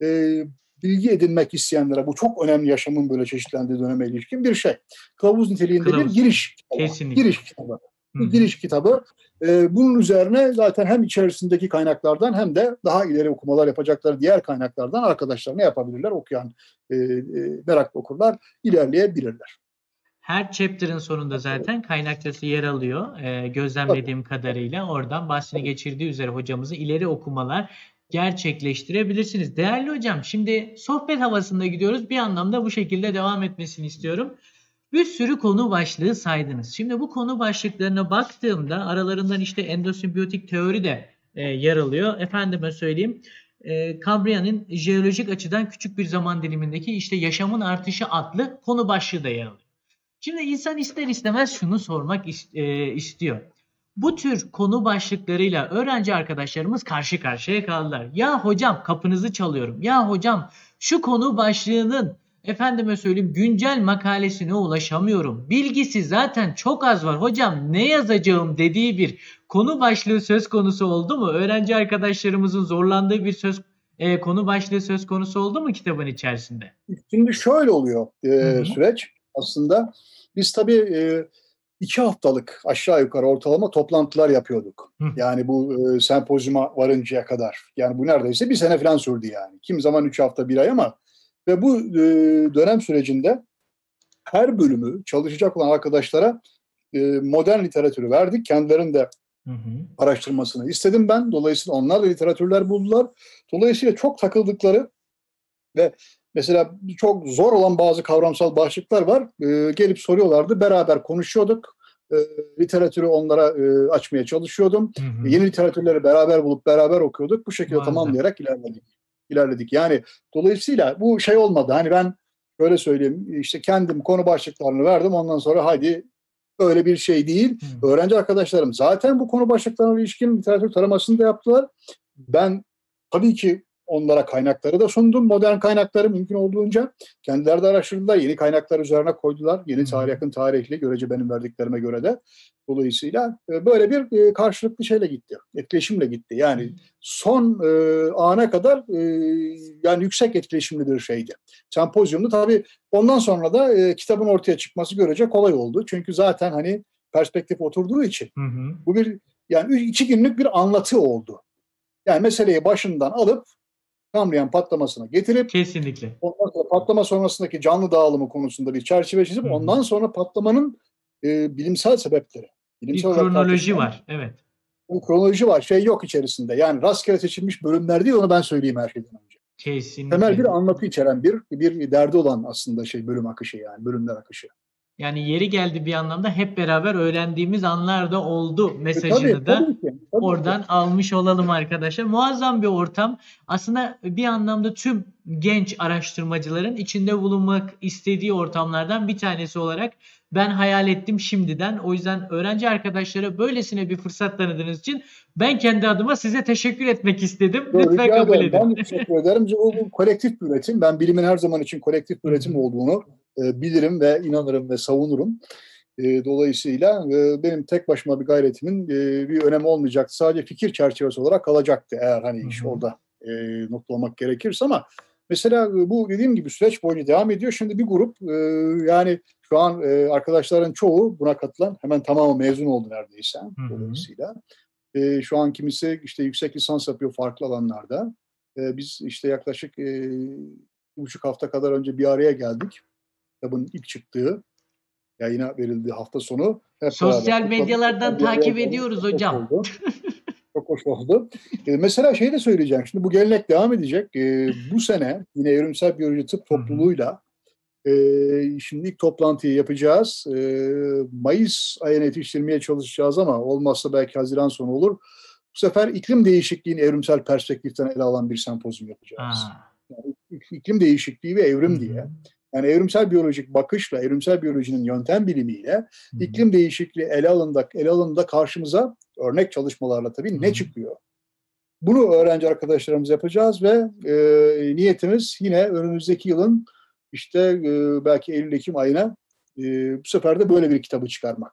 [SPEAKER 2] bilgi edinmek isteyenlere bu çok önemli yaşamın böyle çeşitlendiği döneme ilişkin bir şey. Kılavuz niteliğinde bir giriş kitabı.
[SPEAKER 1] Kesinlikle.
[SPEAKER 2] Giriş kitabı. Giriş kitabı. Bunun üzerine zaten hem içerisindeki kaynaklardan hem de daha ileri okumalar yapacakları diğer kaynaklardan arkadaşlarına yapabilirler. Okuyan meraklı okurlar ilerleyebilirler.
[SPEAKER 1] Her chapter'ın sonunda zaten kaynakçası yer alıyor. Gözlemlediğim kadarıyla oradan bahsini geçirdiği üzere hocamızı ileri okumalar gerçekleştirebilirsiniz. Değerli hocam, şimdi sohbet havasında gidiyoruz. Bir anlamda bu şekilde devam etmesini istiyorum. Bir sürü konu başlığı saydınız. Şimdi bu konu başlıklarına baktığımda aralarından işte endosimbiyotik teori de yer alıyor. Efendime söyleyeyim, Kambriyen'in jeolojik açıdan küçük bir zaman dilimindeki işte yaşamın artışı adlı konu başlığı da yer alıyor. Şimdi insan ister istemez şunu sormak istiyor. Bu tür konu başlıklarıyla öğrenci arkadaşlarımız karşı karşıya kaldılar. Ya hocam kapınızı çalıyorum. Ya hocam şu konu başlığının efendime söyleyeyim güncel makalesine ulaşamıyorum. Bilgisi zaten çok az var. Hocam ne yazacağım dediği bir konu başlığı söz konusu oldu mu? Öğrenci arkadaşlarımızın zorlandığı bir konu başlığı söz konusu oldu mu kitabın içerisinde?
[SPEAKER 2] Şimdi şöyle oluyor süreç aslında. Biz tabii 2 haftalık aşağı yukarı ortalama toplantılar yapıyorduk. Yani bu sempozyuma varıncaya kadar. Yani bu neredeyse bir sene falan sürdü yani. Kim zaman 3 hafta 1 ay ama ve bu dönem sürecinde her bölümü çalışacak olan arkadaşlara modern literatürü verdik. Kendilerinin de araştırmasını istedim ben. Dolayısıyla onlar da literatürler buldular. Dolayısıyla çok takıldıkları ve mesela çok zor olan bazı kavramsal başlıklar var. Gelip soruyorlardı. Beraber konuşuyorduk. Literatürü onlara açmaya çalışıyordum. Yeni literatürleri beraber bulup beraber okuyorduk. Bu şekilde tamamlayarak ilerledik. Yani dolayısıyla bu şey olmadı. Hani ben böyle söyleyeyim işte kendim konu başlıklarını verdim. Ondan sonra hadi öyle bir şey değil. Öğrenci arkadaşlarım zaten bu konu başlıklarına ilişkin literatür taramasını da yaptılar. Ben tabii ki onlara kaynakları da sundum. Modern kaynakları mümkün olduğunca. Kendileri de araştırdılar. Yeni kaynaklar üzerine koydular. Yeni tarih, yakın tarihli. Görece benim verdiklerime göre de. Dolayısıyla böyle bir karşılıklı şeyle gitti. Etkileşimle gitti. Yani son ana kadar yani yüksek etkileşimli bir şeydi. Sempozyumda tabii ondan sonra da kitabın ortaya çıkması görece kolay oldu. Çünkü zaten hani perspektif oturduğu için bu bir yani 2 günlük bir anlatı oldu. Yani meseleyi başından alıp Kambriyen patlamasına getirip
[SPEAKER 1] Kesinlikle.
[SPEAKER 2] ondan sonra patlama sonrasındaki canlı dağılımı konusunda bir çerçeve çizip ondan sonra patlamanın bilimsel sebepleri.
[SPEAKER 1] Bir
[SPEAKER 2] Bilimsel olarak
[SPEAKER 1] kronoloji
[SPEAKER 2] tartışılan
[SPEAKER 1] var. Evet.
[SPEAKER 2] bir kronoloji var. Şey yok içerisinde. Yani rastgele seçilmiş bölümler değil, onu ben söyleyeyim her şeyden önce. Temel
[SPEAKER 1] Kesinlikle.
[SPEAKER 2] bir anlatı içeren bir derdi olan aslında bölüm akışı, yani bölümler akışı.
[SPEAKER 1] Yani yeri geldi bir anlamda hep beraber öğrendiğimiz anlar da oldu
[SPEAKER 2] Tabii,
[SPEAKER 1] mesajını da
[SPEAKER 2] tabii ki. Tabii ki.
[SPEAKER 1] oradan almış olalım arkadaşlar. Muazzam bir ortam. Aslında bir anlamda tüm genç araştırmacıların içinde bulunmak istediği ortamlardan bir tanesi olarak ben hayal ettim şimdiden. O yüzden öğrenci arkadaşlara böylesine bir fırsat tanıdığınız için ben kendi adıma size teşekkür etmek istedim. Lütfen
[SPEAKER 2] Rica
[SPEAKER 1] kabul
[SPEAKER 2] ederim.
[SPEAKER 1] edin.
[SPEAKER 2] Ben de teşekkür ederim. Bu kolektif bir üretim. Ben bilimin her zaman için kolektif bir üretim olduğunu bilirim ve inanırım ve savunurum. Dolayısıyla benim tek başıma bir gayretimin bir önemi olmayacaktı. Sadece fikir çerçevesi olarak kalacaktı eğer hani iş orada noktalamak gerekirse, ama mesela bu dediğim gibi süreç boyunca devam ediyor. Şimdi bir grup yani şu an arkadaşların çoğu buna katılan hemen tamamı mezun oldu neredeyse. Dolayısıyla şu an kimisi işte yüksek lisans yapıyor farklı alanlarda. Biz işte yaklaşık 1,5 hafta kadar önce bir araya geldik. Kitabın ilk çıktığı, yayına verildiği hafta sonu hep beraber
[SPEAKER 1] Sosyal
[SPEAKER 2] kutladık.
[SPEAKER 1] medyalardan
[SPEAKER 2] Bir araya
[SPEAKER 1] takip
[SPEAKER 2] geldik.
[SPEAKER 1] ediyoruz
[SPEAKER 2] Çok hoş
[SPEAKER 1] hocam.
[SPEAKER 2] oldu. Çok hoş oldu. Mesela şey de söyleyeceğim. Şimdi bu gelenek devam edecek. Bu sene yine Evrimsel Biyoloji Tıp Topluluğu'yla şimdi ilk toplantıyı yapacağız. Mayıs ayına yetiştirmeye çalışacağız ama olmazsa belki Haziran sonu olur. Bu sefer iklim değişikliğini evrimsel perspektiften ele alan bir sempozyum yapacağız. Yani iklim değişikliği ve evrim diye. Yani evrimsel biyolojik bakışla, evrimsel biyolojinin yöntem bilimiyle iklim değişikliği ele alındığında karşımıza örnek çalışmalarla tabii ne çıkıyor? Bunu öğrenci arkadaşlarımız yapacağız ve niyetimiz yine önümüzdeki yılın işte belki Eylül-Ekim ayına bu sefer de böyle bir kitabı çıkarmak.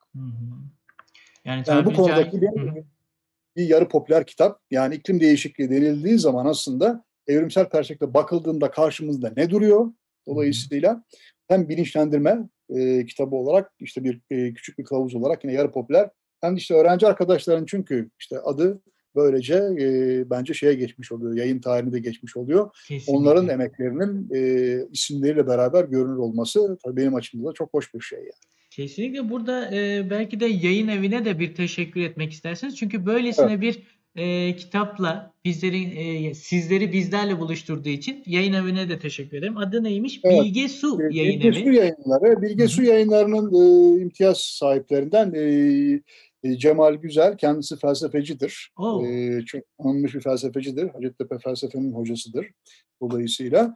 [SPEAKER 1] Yani
[SPEAKER 2] Yani bu
[SPEAKER 1] tabiri
[SPEAKER 2] konudaki
[SPEAKER 1] caizse
[SPEAKER 2] bir yarı popüler kitap. Yani iklim değişikliği denildiği zaman aslında evrimsel perspektifte bakıldığında karşımızda ne duruyor? Dolayısıyla hem bilinçlendirme kitabı olarak işte bir küçük bir kılavuz olarak yine yarı popüler, hem de işte öğrenci arkadaşların, çünkü işte adı böylece bence şeye geçmiş oluyor, yayın tarihine de geçmiş oluyor. Onların
[SPEAKER 1] kesinlikle.
[SPEAKER 2] emeklerinin isimleriyle beraber görünür olması tabii benim açımdan da çok hoş bir şey yani.
[SPEAKER 1] Kesinlikle burada belki de yayın evine de bir teşekkür etmek istersiniz. Çünkü
[SPEAKER 2] Evet.
[SPEAKER 1] böylesine bir kitapla sizleri bizlerle buluşturduğu için yayın evine de teşekkür ederim. Adı neymiş?
[SPEAKER 2] Evet.
[SPEAKER 1] Bilge Su Yayın
[SPEAKER 2] Bilge Su
[SPEAKER 1] Evi.
[SPEAKER 2] Yayınları. Bilge Su Yayınları'nın imtiyaz sahiplerinden Cemal Güzel. Kendisi felsefecidir.
[SPEAKER 1] Oo,
[SPEAKER 2] Çok tanınmış bir felsefecidir. Hacettepe felsefenin hocasıdır. Dolayısıyla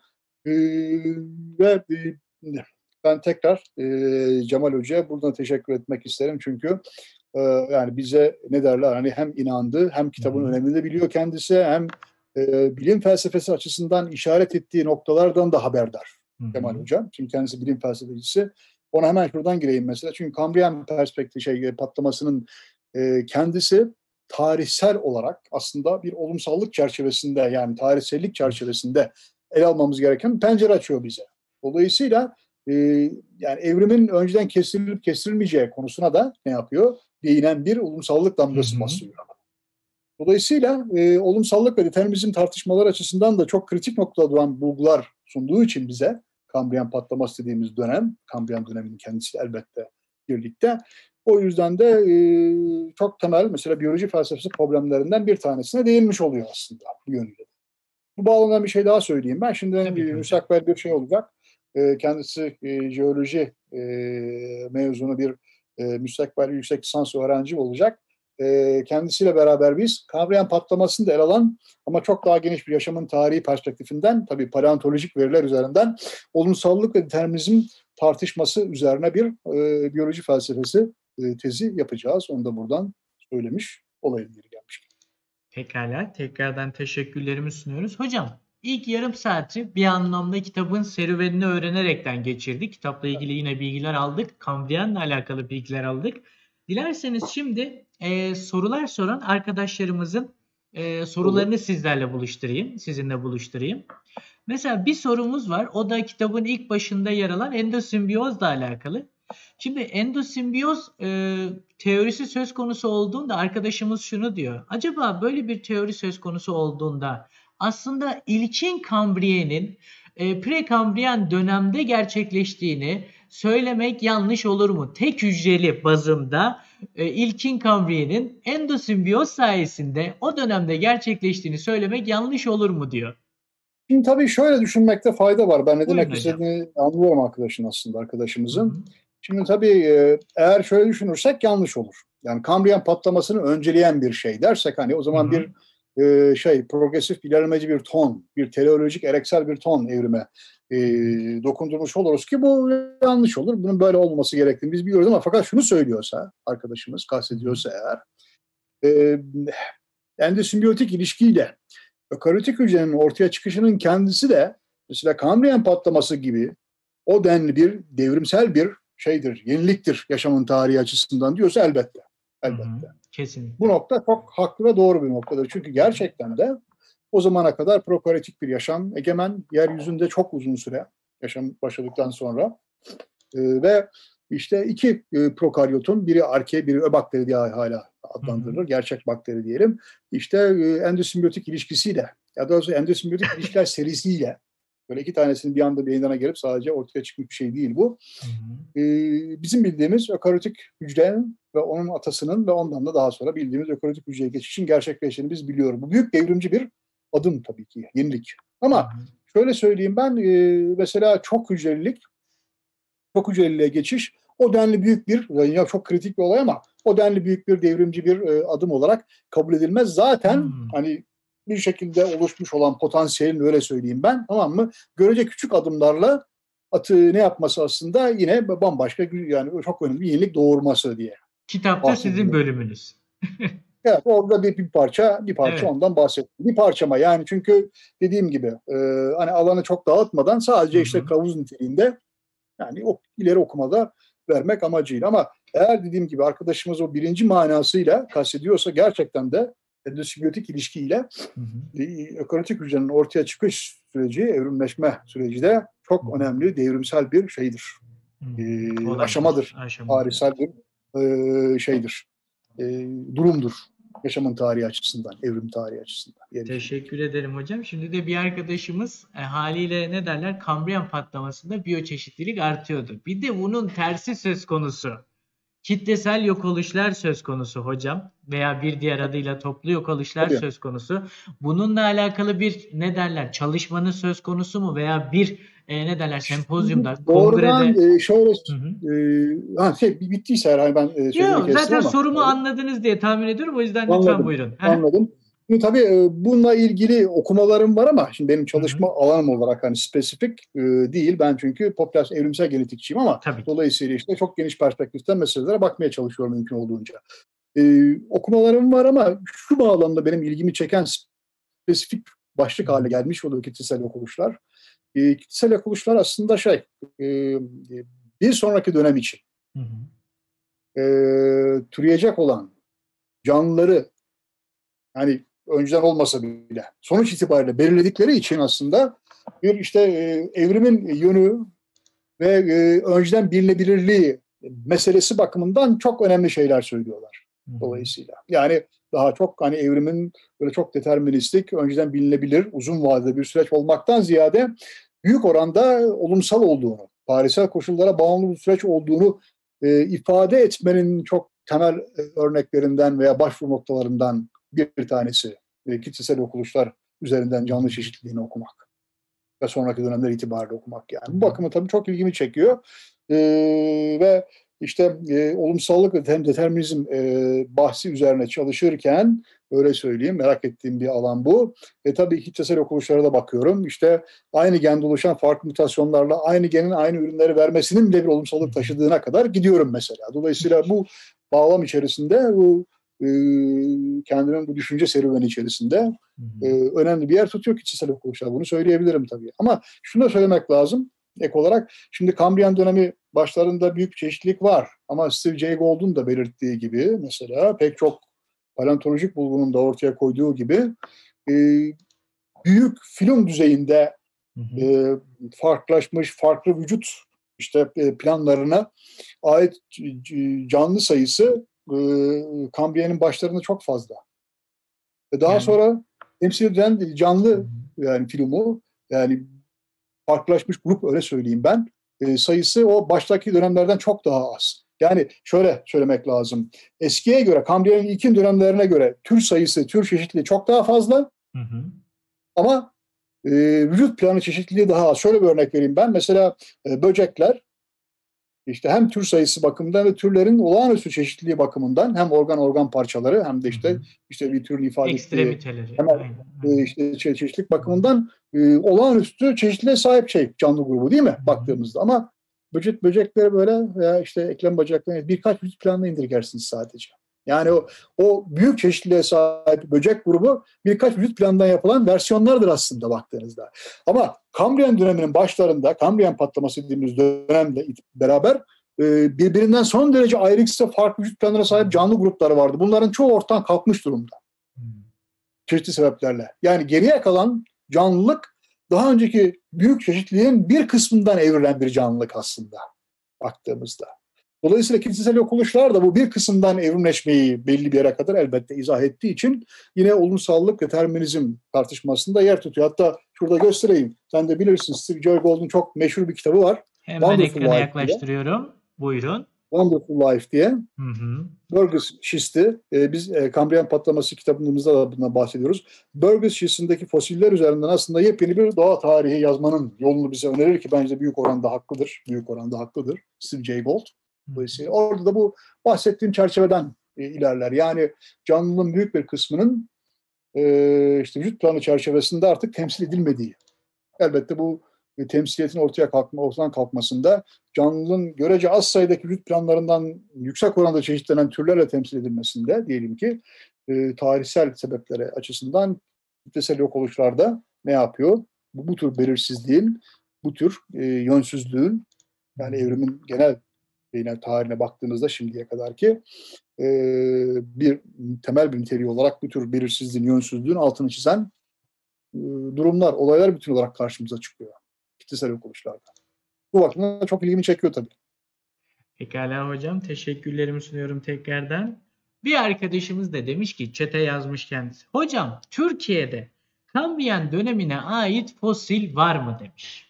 [SPEAKER 2] ve ben tekrar Cemal Hoca'ya buradan teşekkür etmek isterim. Çünkü yani bize ne derler, hani hem inandı, hem kitabın önemini de biliyor kendisi, hem bilim felsefesi açısından işaret ettiği noktalardan da haberdar Kemal Hoca. Çünkü kendisi bilim felsefecisi. Ona hemen şuradan gireyim mesela. Çünkü Kambriyen patlamasının kendisi tarihsel olarak aslında bir olumsallık çerçevesinde, yani tarihsellik çerçevesinde ele almamız gereken bir pencere açıyor bize. Dolayısıyla yani evrimin önceden kestirilip kestirilmeyeceği konusuna da ne yapıyor? Değinen bir olumsallık damgası basıyor. Dolayısıyla olumsallık ve determinizm tartışmalar açısından da çok kritik noktada duran bulgular sunduğu için bize Kambriyen patlaması dediğimiz dönem, Kambriyen döneminin kendisi elbette birlikte. O yüzden de çok temel mesela biyoloji felsefesi problemlerinden bir tanesine değinmiş oluyor aslında bu yönüyle. Bu bağlamda bir şey daha söyleyeyim ben. Şimdi
[SPEAKER 1] tabii ki hocam.
[SPEAKER 2] müstakbel bir şey olacak. Kendisi jeoloji mezunu bir müstakbel yüksek lisans öğrenci olacak. Kendisiyle beraber biz Kambriyen patlamasını da ele alan ama çok daha geniş bir yaşamın tarihi perspektifinden, tabii paleontolojik veriler üzerinden olumsallık ve determinizm tartışması üzerine bir biyoloji felsefesi tezi yapacağız. Onu da buradan söylemiş olayım, geri gelmiş.
[SPEAKER 1] Pekala. Tekrardan teşekkürlerimi sunuyoruz. Hocam, İlk yarım saati bir anlamda kitabın serüvenini öğrenerekten geçirdik. Kitapla ilgili yine bilgiler aldık. Kambriyen'le alakalı bilgiler aldık. Dilerseniz şimdi sorular soran arkadaşlarımızın
[SPEAKER 2] Olur.
[SPEAKER 1] sorularını sizlerle buluşturayım. Sizinle buluşturayım. Mesela bir sorumuz var. O da kitabın ilk başında yer alan endosimbiyozla alakalı. Şimdi endosimbiyoz teorisi söz konusu olduğunda arkadaşımız şunu diyor. Acaba böyle bir teori söz konusu olduğunda aslında ilkin Kambriye'nin prekambriyen dönemde gerçekleştiğini söylemek yanlış olur mu? Tek hücreli bazında ilkin Kambriye'nin endosimbiyoz sayesinde o dönemde gerçekleştiğini söylemek yanlış olur mu diyor.
[SPEAKER 2] Şimdi tabii şöyle düşünmekte fayda var. Ben ne
[SPEAKER 1] Buyurun
[SPEAKER 2] demek
[SPEAKER 1] hocam.
[SPEAKER 2] istediğini anlıyorum
[SPEAKER 1] Hı
[SPEAKER 2] arkadaşımızın.
[SPEAKER 1] hı.
[SPEAKER 2] Şimdi tabii eğer şöyle düşünürsek yanlış olur. Yani Kambriyen patlamasını önceleyen bir şey dersek hani o
[SPEAKER 1] Hı
[SPEAKER 2] zaman
[SPEAKER 1] hı.
[SPEAKER 2] bir progresif ilerlemeci bir ton, bir teleolojik ereksel bir ton evrime e,
[SPEAKER 1] Hı hı.
[SPEAKER 2] dokundurmuş oluruz ki bu yanlış olur. Bunun böyle olmaması gerektiğini biz biliyoruz ama fakat şunu söylüyorsa arkadaşımız
[SPEAKER 1] Hı hı.
[SPEAKER 2] kastediyorsa eğer e, endosimbiyotik ilişkiyle ökaryotik hücrenin ortaya çıkışının kendisi de mesela Kambriyen patlaması gibi o denli bir devrimsel bir şeydir, yeniliktir yaşamın tarihi açısından diyorsa elbette.
[SPEAKER 1] Hı hı.
[SPEAKER 2] Elbette. Bu
[SPEAKER 1] Kesinlikle.
[SPEAKER 2] nokta çok haklı ve doğru bir noktadır. Çünkü
[SPEAKER 1] Hı hı.
[SPEAKER 2] gerçekten de o zamana kadar prokaryotik bir yaşam egemen, yeryüzünde çok uzun süre yaşam başladıktan sonra ve işte iki prokaryotun biri arke, biri öbakteri diye hala
[SPEAKER 1] Hı hı.
[SPEAKER 2] adlandırılır. Gerçek bakteri diyelim. İşte endosimbiyotik ilişkisiyle ya da endosimbiyotik ilişkiler serisiyle böyle iki tanesinin bir anda meydana gelip sadece ortaya çıkmış bir şey değil bu.
[SPEAKER 1] Hı hı.
[SPEAKER 2] Bizim bildiğimiz ökaryotik hücrenin ve onun atasının ve ondan da daha sonra bildiğimiz ökaryotik hücreye geçişin gerçekleştiğini biz biliyoruz. Bu büyük devrimci bir adım tabii ki, yenilik.
[SPEAKER 1] Hı
[SPEAKER 2] Ama
[SPEAKER 1] hı.
[SPEAKER 2] şöyle söyleyeyim ben, mesela çok hücreliliğe geçiş o denli büyük bir, yani çok kritik bir olay ama o denli büyük bir devrimci bir adım olarak kabul edilmez. Zaten
[SPEAKER 1] Hmm.
[SPEAKER 2] hani bir şekilde oluşmuş olan potansiyelin öyle söyleyeyim ben, tamam mı? Görece küçük adımlarla atı ne yapması aslında yine bambaşka yani çok önemli bir yenilik doğurması diye
[SPEAKER 1] Kitapta sizin
[SPEAKER 2] bahsediliyor.
[SPEAKER 1] bölümünüz.
[SPEAKER 2] Evet, orada bir parça
[SPEAKER 1] Evet.
[SPEAKER 2] ondan bahsettim. Bir parçama yani çünkü dediğim gibi hani alanı çok dağıtmadan
[SPEAKER 1] Hı
[SPEAKER 2] sadece işte
[SPEAKER 1] hı.
[SPEAKER 2] kılavuz niteliğinde yani ileri okumada vermek amacıyla. Ama eğer dediğim gibi arkadaşımız o birinci manasıyla kastediyorsa gerçekten de endosimbiyotik ilişkiyle
[SPEAKER 1] Hı hı.
[SPEAKER 2] ökaryotik hücrenin ortaya çıkış süreci, evrimleşme süreci de
[SPEAKER 1] Hı
[SPEAKER 2] çok
[SPEAKER 1] hı.
[SPEAKER 2] önemli, devrimsel bir şeydir.
[SPEAKER 1] Hı hı. Olaydır,
[SPEAKER 2] Aşamadır.
[SPEAKER 1] aşamadır.
[SPEAKER 2] Tarihsel bir şeydir. E, durumdur. Yaşamın tarihi açısından, evrim tarihi açısından. Yeryüzündeki.
[SPEAKER 1] Teşekkür ederim hocam. Şimdi de bir arkadaşımız haliyle ne derler? Kambriyen patlamasında biyoçeşitlilik artıyordu. Bir de bunun tersi söz konusu. Kitlesel yok oluşlar söz konusu hocam veya bir diğer adıyla toplu yok oluşlar
[SPEAKER 2] Tabii.
[SPEAKER 1] söz konusu. Bununla alakalı bir ne derler çalışmanın söz konusu mu veya bir ne derler
[SPEAKER 2] Şimdi
[SPEAKER 1] sempozyumda,
[SPEAKER 2] doğrudan
[SPEAKER 1] kongrede.
[SPEAKER 2] şöyle
[SPEAKER 1] Hı hı.
[SPEAKER 2] bittiyse herhalde ben sözünü
[SPEAKER 1] Yok,
[SPEAKER 2] kestim
[SPEAKER 1] zaten
[SPEAKER 2] ama
[SPEAKER 1] sorumu anladınız diye tahmin ediyorum. O yüzden lütfen
[SPEAKER 2] anladım.
[SPEAKER 1] buyurun. Hı hı.
[SPEAKER 2] Anladım. Şimdi tabii bununla ilgili okumalarım var ama şimdi benim
[SPEAKER 1] Hı hı.
[SPEAKER 2] çalışma alanım olarak hani spesifik değil. Ben çünkü popülasyon evrimsel genetikçiyim ama
[SPEAKER 1] Tabii ki.
[SPEAKER 2] dolayısıyla işte çok geniş perspektiften meselelere bakmaya çalışıyorum mümkün olduğunca. Okumalarım var ama şu bağlamda benim ilgimi çeken spesifik
[SPEAKER 1] Hı
[SPEAKER 2] başlık
[SPEAKER 1] hı.
[SPEAKER 2] haline gelmiş oluyor kitlesel yok oluşlar. Kitlesel yok oluşlar aslında e, bir sonraki dönem için
[SPEAKER 1] Hı hı.
[SPEAKER 2] e, türeyecek olan canlıları yani önceden olmasa bile sonuç itibariyle belirledikleri için aslında bir işte evrimin yönü ve önceden bilinebilirliği meselesi bakımından çok önemli şeyler söylüyorlar
[SPEAKER 1] Hı hı.
[SPEAKER 2] dolayısıyla. Yani daha çok hani evrimin böyle çok deterministik, önceden bilinebilir, uzun vadede bir süreç olmaktan ziyade büyük oranda olumsal olduğunu, tarihsel koşullara bağımlı bir süreç olduğunu ifade etmenin çok temel örneklerinden veya başvuru noktalarından bir tanesi kitlesel okuluşlar üzerinden
[SPEAKER 1] Hı
[SPEAKER 2] canlı
[SPEAKER 1] hı.
[SPEAKER 2] çeşitliliğini okumak ve sonraki dönemler itibariyle okumak yani.
[SPEAKER 1] Hı
[SPEAKER 2] Bu
[SPEAKER 1] hı.
[SPEAKER 2] bakımı tabii çok ilgimi çekiyor. Ve işte olumsallık ve determinizm bahsi üzerine çalışırken öyle söyleyeyim merak ettiğim bir alan bu. Tabii kitlesel okuluşlara da bakıyorum. İşte aynı gende oluşan farklı mutasyonlarla aynı genin aynı ürünleri vermesinin bile bir
[SPEAKER 1] Hı
[SPEAKER 2] olumsallık
[SPEAKER 1] hı.
[SPEAKER 2] taşıdığına kadar gidiyorum mesela. Dolayısıyla bu bağlam içerisinde bu kendimin bu düşünce serüveni içerisinde önemli bir yer tutuyor kişisel yok oluşlar. Bunu söyleyebilirim tabii. Ama şunu da söylemek lazım ek olarak. Şimdi Kambriyen dönemi başlarında büyük çeşitlilik var. Ama Steve Jay Gould'un da belirttiği gibi mesela pek çok paleontolojik bulgunun da ortaya koyduğu gibi büyük film düzeyinde farklılaşmış, farklı vücut işte planlarına ait canlı sayısı Kambriyen'in başlarında çok fazla. Ve daha sonra temsil edilen canlı yani filmu yani farklılaşmış grup öyle söyleyeyim ben sayısı o baştaki dönemlerden çok daha az. Yani şöyle söylemek lazım. Eskiye göre Kambriyen'in ilk dönemlerine göre tür sayısı, tür çeşitliliği çok daha fazla. Ama vücut planı çeşitliliği daha az. Şöyle bir örnek vereyim ben. Mesela böcekler işte hem tür sayısı bakımından ve türlerin olağanüstü çeşitliliği bakımından hem organ parçaları hem de işte bir türün ifade ettiği işte çeşitlilik bakımından olağanüstü çeşitliliğe sahip canlı grubu değil mi baktığımızda ama böcekleri böyle veya işte eklem bacaklarını birkaç vücut planına indirgersiniz sadece. Yani o büyük çeşitliliğe sahip böcek grubu birkaç vücut planından yapılan versiyonlardır aslında baktığınızda. Ama Kambriyen döneminin başlarında, Kambriyen patlaması dediğimiz dönemle beraber birbirinden son derece ayrıksı farklı vücut planlarına sahip canlı grupları vardı. Bunların çoğu ortadan kalkmış durumda. Çeşitli sebeplerle. Yani geriye kalan canlılık daha önceki büyük çeşitliliğin bir kısmından evrilen bir canlılık aslında baktığımızda. Dolayısıyla kitlesel yok oluşlar da bu bir kısımdan evrimleşmeyi belli bir yere kadar elbette izah ettiği için yine olumsallık determinizm tartışmasında yer tutuyor. Hatta şurada göstereyim. Sen de bilirsin Steve Jay Gould'un çok meşhur bir kitabı var.
[SPEAKER 1] Hemen ekrana yaklaştırıyorum. Diye. Buyurun.
[SPEAKER 2] Wonderful Life diye. Burgess şisti. Biz Kambriyen patlaması kitabımızda da bundan bahsediyoruz. Burgess şistindeki fosiller üzerinden aslında yepyeni bir doğa tarihi yazmanın yolunu bize önerir ki bence büyük oranda haklıdır. Büyük oranda haklıdır Steve Jay Gould. Dolayısıyla orada da bu bahsettiğim çerçeveden ilerler. Yani canlının büyük bir kısmının işte vücut planı çerçevesinde artık temsil edilmediği. Elbette bu temsiliyetin ortadan kalkmasında canlının görece az sayıdaki vücut planlarından yüksek oranda çeşitlenen türlerle temsil edilmesinde diyelim ki tarihsel sebepleri açısından kitlesel yok oluşlarda ne yapıyor? Bu tür belirsizliğin, bu tür yönsüzlüğün yani evrimin genel tarihine baktığınızda şimdiye kadar ki bir temel bir niteliği olarak bu tür belirsizliğin, yönsüzlüğün altını çizen durumlar, olaylar bütün olarak karşımıza çıkıyor. Kitlesel yok oluşlarda. Bu bakımdan çok ilgimi çekiyor tabii.
[SPEAKER 1] Pekala hocam. Teşekkürlerimi sunuyorum tekrardan. Bir arkadaşımız da demiş ki chat'e yazmış kendisi. Hocam Türkiye'de Kambriyen dönemine ait fosil var mı demiş.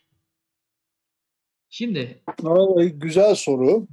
[SPEAKER 1] Şimdi.
[SPEAKER 2] Güzel soru.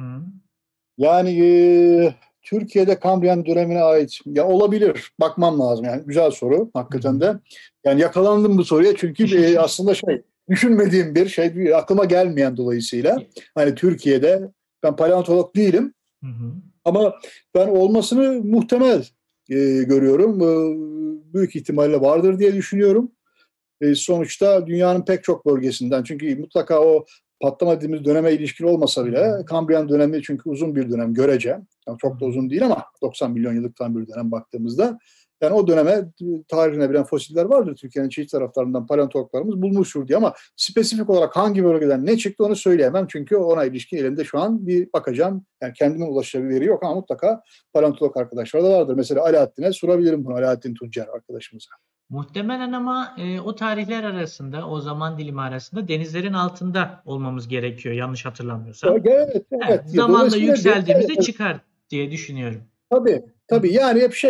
[SPEAKER 2] Yani Türkiye'de Kambriyen dönemine ait ya olabilir. Bakmam lazım yani. Güzel soru hakikaten de. Yani yakalandım bu soruya çünkü aslında düşünmediğim bir şey aklıma gelmeyen dolayısıyla. Hani Türkiye'de ben paleontolog değilim. Ama ben olmasını muhtemel görüyorum. Büyük ihtimalle vardır diye düşünüyorum. Sonuçta dünyanın pek çok bölgesinden çünkü mutlaka o patlama dediğimiz döneme ilişkin olmasa bile Kambriyen dönemi çünkü uzun bir dönem görece. Yani çok da uzun değil ama 90 milyon yıllıktan bir dönem baktığımızda yani o döneme tarihine bilen fosiller vardır. Türkiye'nin çeşitli taraflarından paleontologlarımız bulmuştur diye ama spesifik olarak hangi bölgeden ne çıktı onu söyleyemem. Çünkü ona ilişkin elimde şu an bir bakacağım. Yani kendimin ulaşacağı bir veri yok ama mutlaka paleontolog arkadaşlar da vardır. Mesela Alaaddin'e sorabilirim bunu. Alaaddin Tuncer arkadaşımıza.
[SPEAKER 1] Muhtemelen ama o tarihler arasında, o zaman dilimi arasında denizlerin altında olmamız gerekiyor yanlış hatırlamıyorsam.
[SPEAKER 2] Evet.
[SPEAKER 1] Zamanla yükseldiğimizde çıkar diye düşünüyorum.
[SPEAKER 2] Tabii yani hep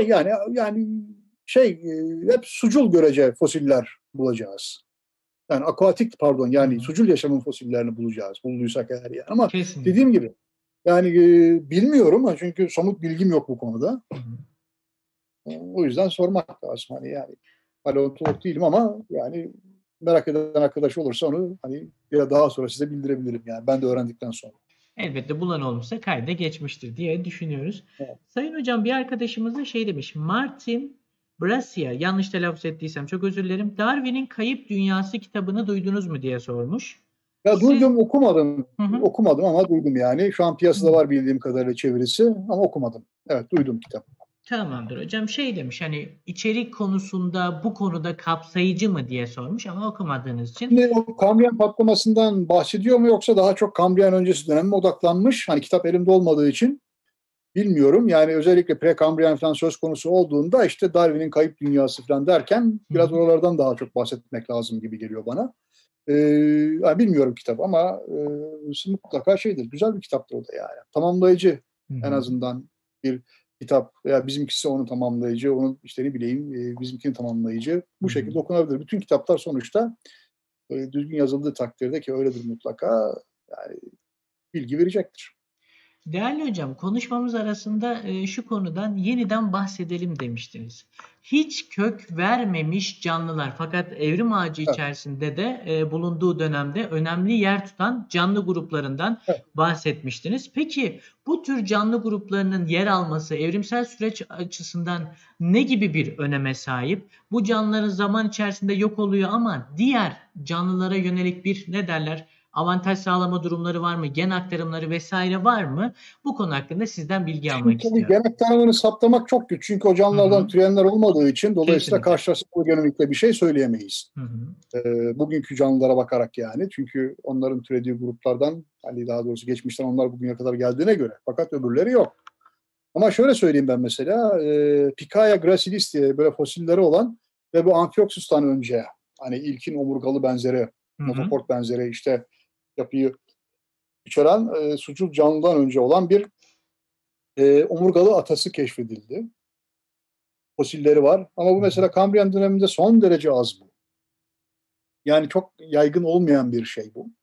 [SPEAKER 2] hep sucul görece fosiller bulacağız. Yani akuatik yani sucul yaşamın fosillerini bulacağız. Bulduysak eğer yani. Ama
[SPEAKER 1] kesinlikle.
[SPEAKER 2] Dediğim gibi yani bilmiyorum çünkü somut bilgim yok bu konuda. O yüzden sormak lazım hani yani. Paleontolog değilim ama yani merak eden arkadaş olursa onu hani ya daha sonra size bildirebilirim yani ben de öğrendikten sonra.
[SPEAKER 1] Elbette bulan olmuşsa kayda geçmiştir diye düşünüyoruz.
[SPEAKER 2] Evet.
[SPEAKER 1] Sayın hocam bir arkadaşımız da demiş. Martin Bracia yanlış telaffuz ettiysem çok özür dilerim. Darwin'in Kayıp Dünyası kitabını duydunuz mu diye sormuş.
[SPEAKER 2] Ya duydum okumadım. Okumadım ama duydum yani. Şu an piyasada var bildiğim kadarıyla çevirisi ama okumadım. Evet duydum kitabı.
[SPEAKER 1] Tamamdır hocam. Şey demiş hani içerik konusunda bu konuda kapsayıcı mı diye sormuş ama okumadığınız için.
[SPEAKER 2] Şimdi o Kambriyen patlamasından bahsediyor mu yoksa daha çok Kambriyen öncesi döneme mi odaklanmış? Hani kitap elimde olmadığı için bilmiyorum. Yani özellikle pre-Kambriyen falan söz konusu olduğunda işte Darwin'in kayıp dünyası falan derken biraz oralardan daha çok bahsetmek lazım gibi geliyor bana. Yani bilmiyorum kitap ama mutlaka şeydir. Güzel bir kitaptır o da yani. Tamamlayıcı en azından bir kitap veya bizimkisi onu tamamlayıcı, onun işte ne bileyim bizimkini tamamlayıcı. Bu şekilde okunabilir. Bütün kitaplar sonuçta düzgün yazıldığı takdirde ki öyledir mutlaka yani bilgi verecektir.
[SPEAKER 1] Değerli hocam, konuşmamız arasında şu konudan yeniden bahsedelim demiştiniz. Hiç kök vermemiş canlılar fakat evrim ağacı
[SPEAKER 2] Evet,
[SPEAKER 1] içerisinde de bulunduğu dönemde önemli yer tutan canlı gruplarından
[SPEAKER 2] evet.
[SPEAKER 1] bahsetmiştiniz. Peki bu tür canlı gruplarının yer alması evrimsel süreç açısından ne gibi bir öneme sahip? Bu canlıların zaman içerisinde yok oluyor ama diğer canlılara yönelik bir ne derler? Avantaj sağlama durumları var mı? Gen aktarımları vesaire var mı? Bu konu hakkında sizden bilgi
[SPEAKER 2] Şimdi
[SPEAKER 1] almak
[SPEAKER 2] tabii
[SPEAKER 1] istiyorum.
[SPEAKER 2] gen aktarımını saptamak çok güç. Çünkü o
[SPEAKER 1] Hı
[SPEAKER 2] canlılardan
[SPEAKER 1] hı.
[SPEAKER 2] türeyenler olmadığı için dolayısıyla
[SPEAKER 1] Kesinlikle.
[SPEAKER 2] karşılaştırmalı genomikle bir şey söyleyemeyiz.
[SPEAKER 1] Hı hı.
[SPEAKER 2] Bugünkü canlılara bakarak yani. Çünkü onların türediği gruplardan hani daha doğrusu geçmişten onlar bugüne kadar geldiğine göre. Fakat öbürleri yok. Ama şöyle söyleyeyim ben mesela Picaya gracilis diye böyle fosilleri olan ve bu Amphioxus'tan önce hani ilkin omurgalı benzeri,
[SPEAKER 1] Hı hı.
[SPEAKER 2] notoport benzeri işte yapıyı içeren sucul canlıdan önce olan bir omurgalı atası keşfedildi. Fosilleri var. Ama bu
[SPEAKER 1] Hı hı.
[SPEAKER 2] mesela Kambriyen döneminde son derece az bu. Yani çok yaygın olmayan bir şey bu.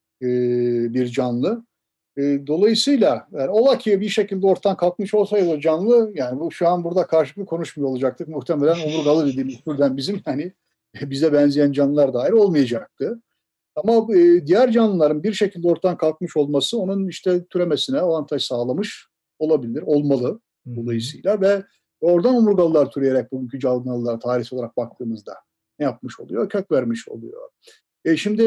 [SPEAKER 2] Bir canlı. Dolayısıyla yani ola ki bir şekilde ortadan kalkmış olsaydı o canlı yani bu şu an burada karşılıklı konuşmuyor olacaktık. Muhtemelen omurgalı dediğimiz türden bizim hani bize benzeyen canlılar dair olmayacaktı. Ama diğer canlıların bir şekilde ortadan kalkmış olması onun işte türemesine avantaj sağlamış olabilir, olmalı
[SPEAKER 1] Hı hı.
[SPEAKER 2] dolayısıyla ve oradan omurgalılar türeyerek bugünkü canlılar tarihsel olarak baktığımızda ne yapmış oluyor? Kök vermiş oluyor. Şimdi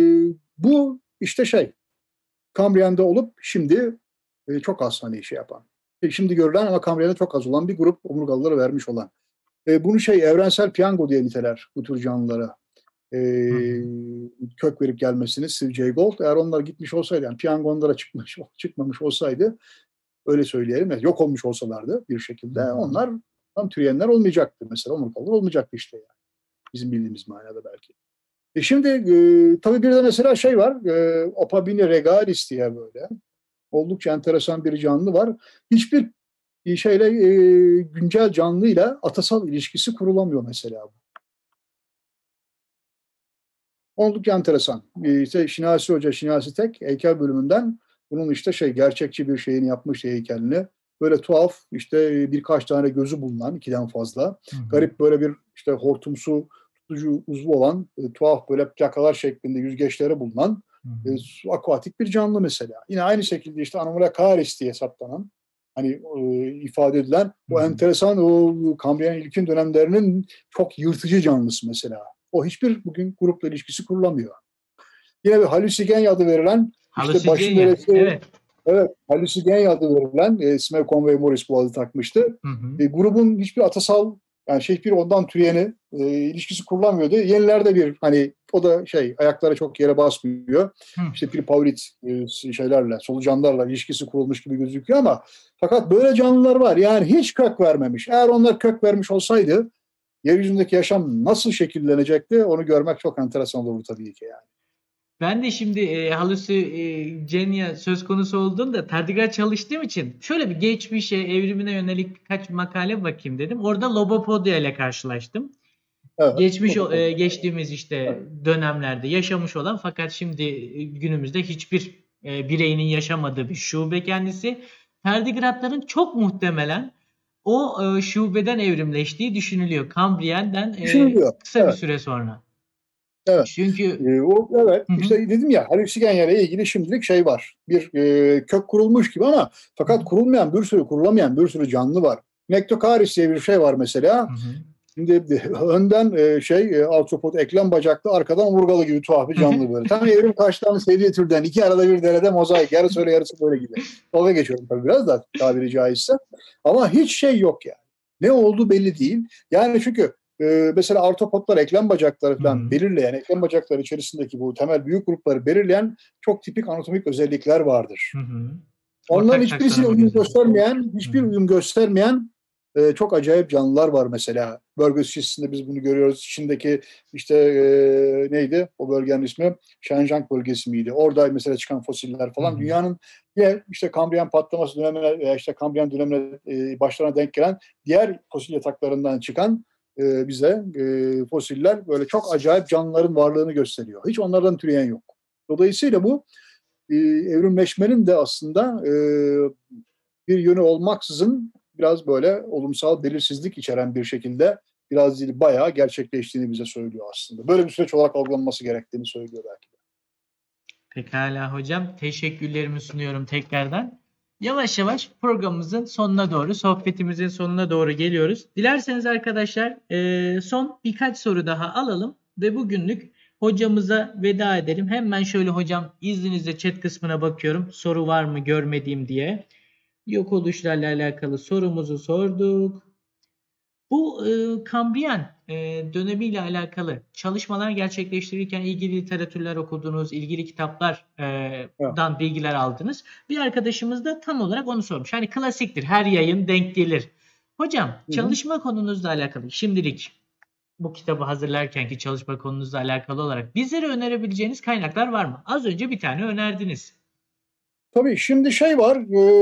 [SPEAKER 2] bu işte şey Kambriyen'de olup şimdi çok az hani şey yapan. Şimdi görülen ama Kambriyen'de çok az olan bir grup omurgalıları vermiş olan. Bunu evrensel piyango diye niteler bu tür canlılara. E,
[SPEAKER 1] Hı hı.
[SPEAKER 2] Kök verip gelmesini Steve Jay Gould. Eğer onlar gitmiş olsaydı yani piyango onlara çıkmamış olsaydı öyle söyleyelim. Yani yok olmuş olsalardı bir
[SPEAKER 1] Hı
[SPEAKER 2] şekilde
[SPEAKER 1] hı.
[SPEAKER 2] onlar tam türeyenler olmayacaktı. Mesela omurgalılar olmayacaktı işte yani. Bizim bildiğimiz manada belki. Şimdi tabii bir de mesela şey var. Opabine regalis diye böyle oldukça enteresan bir canlı var. Hiçbir şeyle güncel canlıyla atasal ilişkisi kurulamıyor mesela. Oldukça enteresan. İşte Şinasi Hoca, Şinasi Tek heykel bölümünden bunun işte gerçekçi bir şeyini yapmış heykelini. Böyle tuhaf işte birkaç tane gözü bulunan 2'den fazla.
[SPEAKER 1] Hı hı.
[SPEAKER 2] Garip böyle bir işte hortumsu tutucu uzvu olan tuhaf böyle plakalar şeklinde yüzgeçleri bulunan
[SPEAKER 1] Hı hı.
[SPEAKER 2] akuatik bir canlı mesela. Yine aynı şekilde işte Anomala caris diye hesaplanan hani ifade edilen
[SPEAKER 1] Hı
[SPEAKER 2] o
[SPEAKER 1] hı.
[SPEAKER 2] enteresan o Kambriyen ilkin dönemlerinin çok yırtıcı canlısı mesela. O hiçbir bugün grupla ilişkisi kurulamıyor. Yine bir halüsigenya adı verilen işte başı
[SPEAKER 1] Halüsigenya.
[SPEAKER 2] neresi
[SPEAKER 1] Evet.
[SPEAKER 2] evet halüsigenya adı verilen Smith Conway Morris bu adı takmıştı.
[SPEAKER 1] Hı hı.
[SPEAKER 2] Grubun hiçbir atasal yani hiçbir ondan türeyeni ilişkisi kurulamıyordu. Yenilerde bir hani o da ayaklara çok yere basmıyor.
[SPEAKER 1] Hı.
[SPEAKER 2] İşte Piripaulit şeylerle solucanlarla ilişkisi kurulmuş gibi gözüküyor ama fakat böyle canlılar var. Yani hiç kök vermemiş. Eğer onlar kök vermiş olsaydı yeryüzündeki yaşam nasıl şekillenecekti onu görmek çok enteresan olurdu tabii ki yani.
[SPEAKER 1] Ben de şimdi halüsigenya söz konusu olduğunda tardigrad çalıştığım için şöyle bir geçmişe, evrimine yönelik birkaç makale bakayım dedim. Orada Lobopodia ile karşılaştım.
[SPEAKER 2] Evet. Lobotomi.
[SPEAKER 1] Geçtiğimiz işte
[SPEAKER 2] Evet.
[SPEAKER 1] dönemlerde yaşamış olan fakat şimdi günümüzde hiçbir bireyinin yaşamadığı bir şube kendisi. Tardigradların çok muhtemelen o şubeden evrimleştiği düşünülüyor. Kambriyen'den
[SPEAKER 2] Düşünülüyor.
[SPEAKER 1] kısa bir
[SPEAKER 2] Evet.
[SPEAKER 1] süre sonra.
[SPEAKER 2] Evet.
[SPEAKER 1] Çünkü
[SPEAKER 2] Evet.
[SPEAKER 1] hı hı,
[SPEAKER 2] İşte dedim ya halüsigenya ile ilgili şimdilik var. Bir kök kurulmuş gibi ama
[SPEAKER 1] hı hı,
[SPEAKER 2] fakat kurulamayan bir sürü canlı var. Nektokaris diye bir şey var mesela.
[SPEAKER 1] hı hı.
[SPEAKER 2] Şimdi önden artropod eklem bacaklı arkadan omurgalı gibi tuhaf bir canlı böyle. Tam evrim taşlarının sevdiği türden iki arada bir derede mozaik. Yarısı öyle yarısı böyle gibi. Dalga geçiyorum tabii biraz da tabiri caizse. Ama hiç yok yani. Ne olduğu belli değil. Yani çünkü mesela artropodlar eklem bacakları falan belirleyen, eklem bacakları içerisindeki bu temel büyük grupları belirleyen çok tipik anatomik özellikler vardır. Onların
[SPEAKER 1] Ortak
[SPEAKER 2] hiçbirisine
[SPEAKER 1] taksonomik
[SPEAKER 2] uyum
[SPEAKER 1] özellik.
[SPEAKER 2] göstermeyen, hiçbir uyum göstermeyen çok acayip canlılar var mesela. Bölge çizgisinde biz bunu görüyoruz. İçindeki işte neydi o bölgenin ismi? Şanjang bölgesi miydi? Orada mesela çıkan fosiller falan dünyanın ya işte Kambriyen patlaması dönemine veya işte Kambriyen dönemine başlarına denk gelen diğer fosil yataklarından çıkan bize fosiller böyle çok acayip canlıların varlığını gösteriyor. Hiç onlardan türeyen yok. Dolayısıyla bu evrimleşmenin de aslında bir yönü olmaksızın biraz böyle olumsal belirsizlik içeren bir şekilde biraz değil bayağı gerçekleştiğini bize söylüyor aslında. Böyle bir süreç olarak algılanması gerektiğini söylüyor belki de.
[SPEAKER 1] Pekala hocam. Teşekkürlerimi sunuyorum tekrardan. Yavaş yavaş programımızın sonuna doğru, sohbetimizin sonuna doğru geliyoruz. Dilerseniz arkadaşlar son birkaç soru daha alalım ve bugünlük hocamıza veda edelim. Hemen şöyle hocam izninizle chat kısmına bakıyorum. Soru var mı görmediğim diye. Yok oluşlarla alakalı sorumuzu sorduk. Bu Kambriyen dönemiyle alakalı çalışmalar gerçekleştirirken ilgili literatürler okudunuz, ilgili
[SPEAKER 2] Evet.
[SPEAKER 1] kitaplardan bilgiler aldınız. Bir arkadaşımız da tam olarak onu sormuş. Hani klasiktir, her yayın denk gelir. Hocam,
[SPEAKER 2] Hı hı.
[SPEAKER 1] çalışma konunuzla alakalı şimdilik bu kitabı hazırlarkenki çalışma konunuzla alakalı olarak bizlere önerebileceğiniz kaynaklar var mı? Az önce bir tane önerdiniz.
[SPEAKER 2] Tabii şimdi şey var.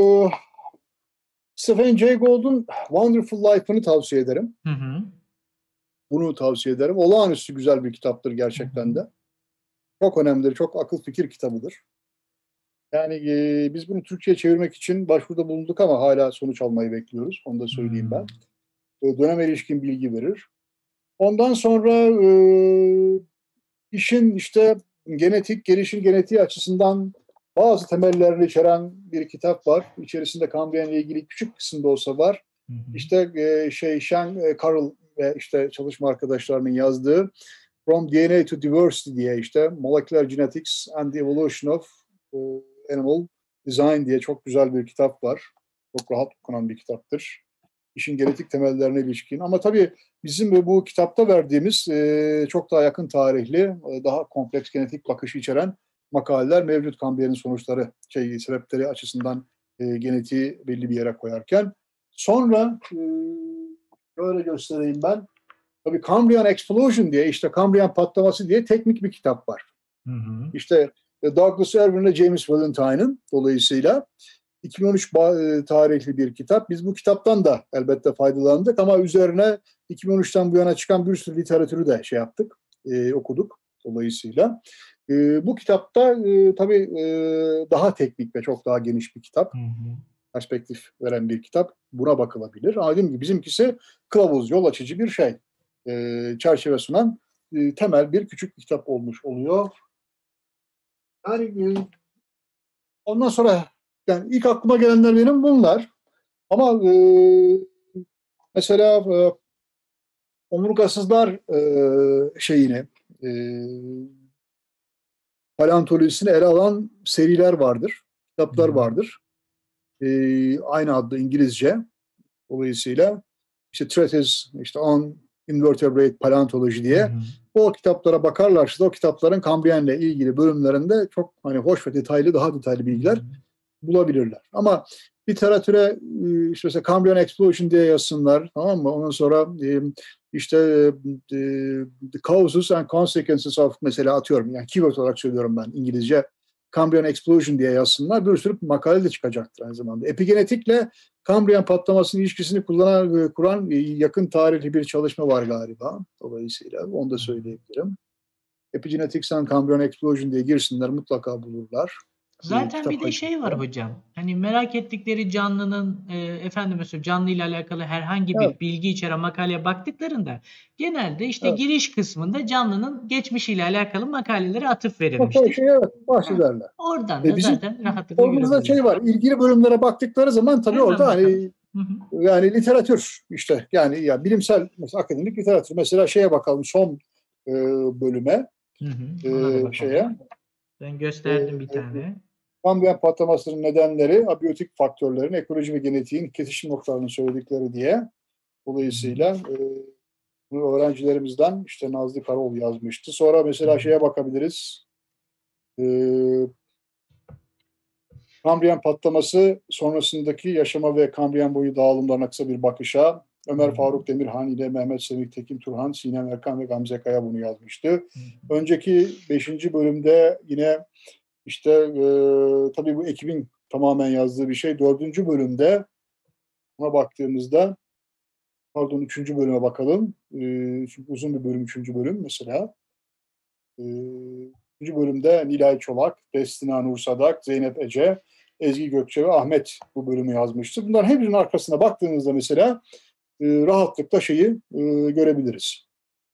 [SPEAKER 2] Stephen Jay Gould'un Wonderful Life'ını tavsiye ederim.
[SPEAKER 1] Hı hı.
[SPEAKER 2] Bunu tavsiye ederim. Olağanüstü güzel bir kitaptır
[SPEAKER 1] Hı
[SPEAKER 2] gerçekten
[SPEAKER 1] hı.
[SPEAKER 2] de. Çok önemlidir, çok akıl fikir kitabıdır. Yani biz bunu Türkçe'ye çevirmek için başvuruda bulunduk ama hala sonuç almayı bekliyoruz. Onu da söyleyeyim ben. Döneme ilişkin bilgi verir. Ondan sonra işin işte gelişim genetiği açısından bazı temellerini içeren bir kitap var. İçerisinde Kambriyen ile ilgili küçük kısımda olsa var.
[SPEAKER 1] Hı hı.
[SPEAKER 2] İşte Sean Carroll ve işte çalışma arkadaşlarının yazdığı From DNA to Diversity diye işte Molecular Genetics and the Evolution of Animal Design diye çok güzel bir kitap var. Çok rahat okunan bir kitaptır. İşin genetik temellerine ilişkin. Ama tabii bizim bu kitapta verdiğimiz çok daha yakın tarihli, daha kompleks genetik bakışı içeren makaleler mevcut. Kambriyer'in sonuçları, sebepleri açısından genetiği belli bir yere koyarken. Sonra şöyle göstereyim ben. Tabii Cambrian Explosion diye, işte Cambrian patlaması diye teknik bir kitap var.
[SPEAKER 1] Hı hı.
[SPEAKER 2] İşte Douglas Irwin ile James Valentine'ın dolayısıyla 2013 tarihli bir kitap. Biz bu kitaptan da elbette faydalandık ama üzerine 2013'ten bu yana çıkan bir sürü literatürü de yaptık, okuduk dolayısıyla. Bu kitapta tabii daha teknik ve çok daha geniş bir kitap.
[SPEAKER 1] Hı hı.
[SPEAKER 2] Perspektif veren bir kitap. Buna bakılabilir. Ama dediğim gibi bizimkisi kılavuz, yol açıcı bir şey. Çerçeve sunan temel bir küçük bir kitap olmuş oluyor. Yani ondan sonra yani ilk aklıma gelenler benim bunlar. Ama mesela omurgasızlar şeyini e, paleontolojisini ele alan seriler vardır,
[SPEAKER 1] Hı
[SPEAKER 2] kitaplar
[SPEAKER 1] hı.
[SPEAKER 2] vardır. Aynı adlı İngilizce. Dolayısıyla işte Treatise işte on Invertebrate Paleontology
[SPEAKER 1] Hı
[SPEAKER 2] diye
[SPEAKER 1] hı.
[SPEAKER 2] o kitaplara bakarlarsa o kitapların Kambriyen'le ilgili bölümlerinde çok hani hoş ve detaylı, daha detaylı
[SPEAKER 1] Hı
[SPEAKER 2] bilgiler
[SPEAKER 1] hı.
[SPEAKER 2] bulabilirler. Ama literatüre işte mesela Cambrian Explosion diye yazsınlar, tamam mı? Ondan sonra işte the causes and consequences of mesela atıyorum yani keyword olarak söylüyorum ben İngilizce Cambrian Explosion diye yazsınlar. Bir sürü makale de çıkacaktır aynı zamanda. Epigenetikle Kambriyen patlamasının ilişkisini kuran yakın tarihli bir çalışma var galiba. Dolayısıyla onu da
[SPEAKER 1] Hı hı.
[SPEAKER 2] söyleyebilirim. Epigenetics and Cambrian Explosion diye girsinler mutlaka bulurlar.
[SPEAKER 1] Zaten bir
[SPEAKER 2] Kitap
[SPEAKER 1] de şey var
[SPEAKER 2] haciminde.
[SPEAKER 1] hocam. Hani merak ettikleri canlının efendim mesela canlı ile alakalı herhangi
[SPEAKER 2] Evet,
[SPEAKER 1] bir bilgi içeren makaleye baktıklarında genelde işte
[SPEAKER 2] evet.
[SPEAKER 1] giriş kısmında canlının geçmişiyle alakalı makalelere atıf
[SPEAKER 2] Mutlaka
[SPEAKER 1] verilmiştir.
[SPEAKER 2] evet,
[SPEAKER 1] Heh,
[SPEAKER 2] bahsederler.
[SPEAKER 1] oradan da
[SPEAKER 2] Bizim
[SPEAKER 1] zaten rahatlıkla
[SPEAKER 2] orada
[SPEAKER 1] görebilirler.
[SPEAKER 2] var. İlgili bölümlere baktıkları zaman tabii
[SPEAKER 1] Hemen
[SPEAKER 2] orada
[SPEAKER 1] bakalım.
[SPEAKER 2] hani
[SPEAKER 1] Hı hı.
[SPEAKER 2] yani literatür işte yani ya bilimsel mesela akademik literatür mesela bakalım son bölüme
[SPEAKER 1] Hı hı. Ona da bakalım.
[SPEAKER 2] şeye
[SPEAKER 1] Ben
[SPEAKER 2] e,
[SPEAKER 1] gösterdim bir tane.
[SPEAKER 2] Kambriyen patlamasının nedenleri, abiyotik faktörlerin, ekoloji ve genetiğin kesişim noktalarını söyledikleri diye. Dolayısıyla bunu öğrencilerimizden işte Nazlı Karaoğlu yazmıştı. Sonra mesela şeye bakabiliriz. E, Kambriyen patlaması sonrasındaki yaşama ve Kambriyen boyu dağılımlarına kısa bir bakışa. Ömer Faruk Demirhan ile Mehmet Semih Tekin Turhan, Sinem Erkan ve Gamze Kaya bunu yazmıştı. Önceki 5. bölümde yine işte tabii bu ekibin tamamen yazdığı bir şey. 4. bölümde ona baktığımızda, pardon 3. bölüme bakalım. Çünkü uzun bir bölüm 3. bölüm mesela. 3. bölümde Nilay Çolak, Destina Nur Sadak, Zeynep Ece, Ezgi Gökçe ve Ahmet bu bölümü yazmıştı. Bunların hepsinin arkasına baktığınızda mesela rahatlıkla şeyi görebiliriz.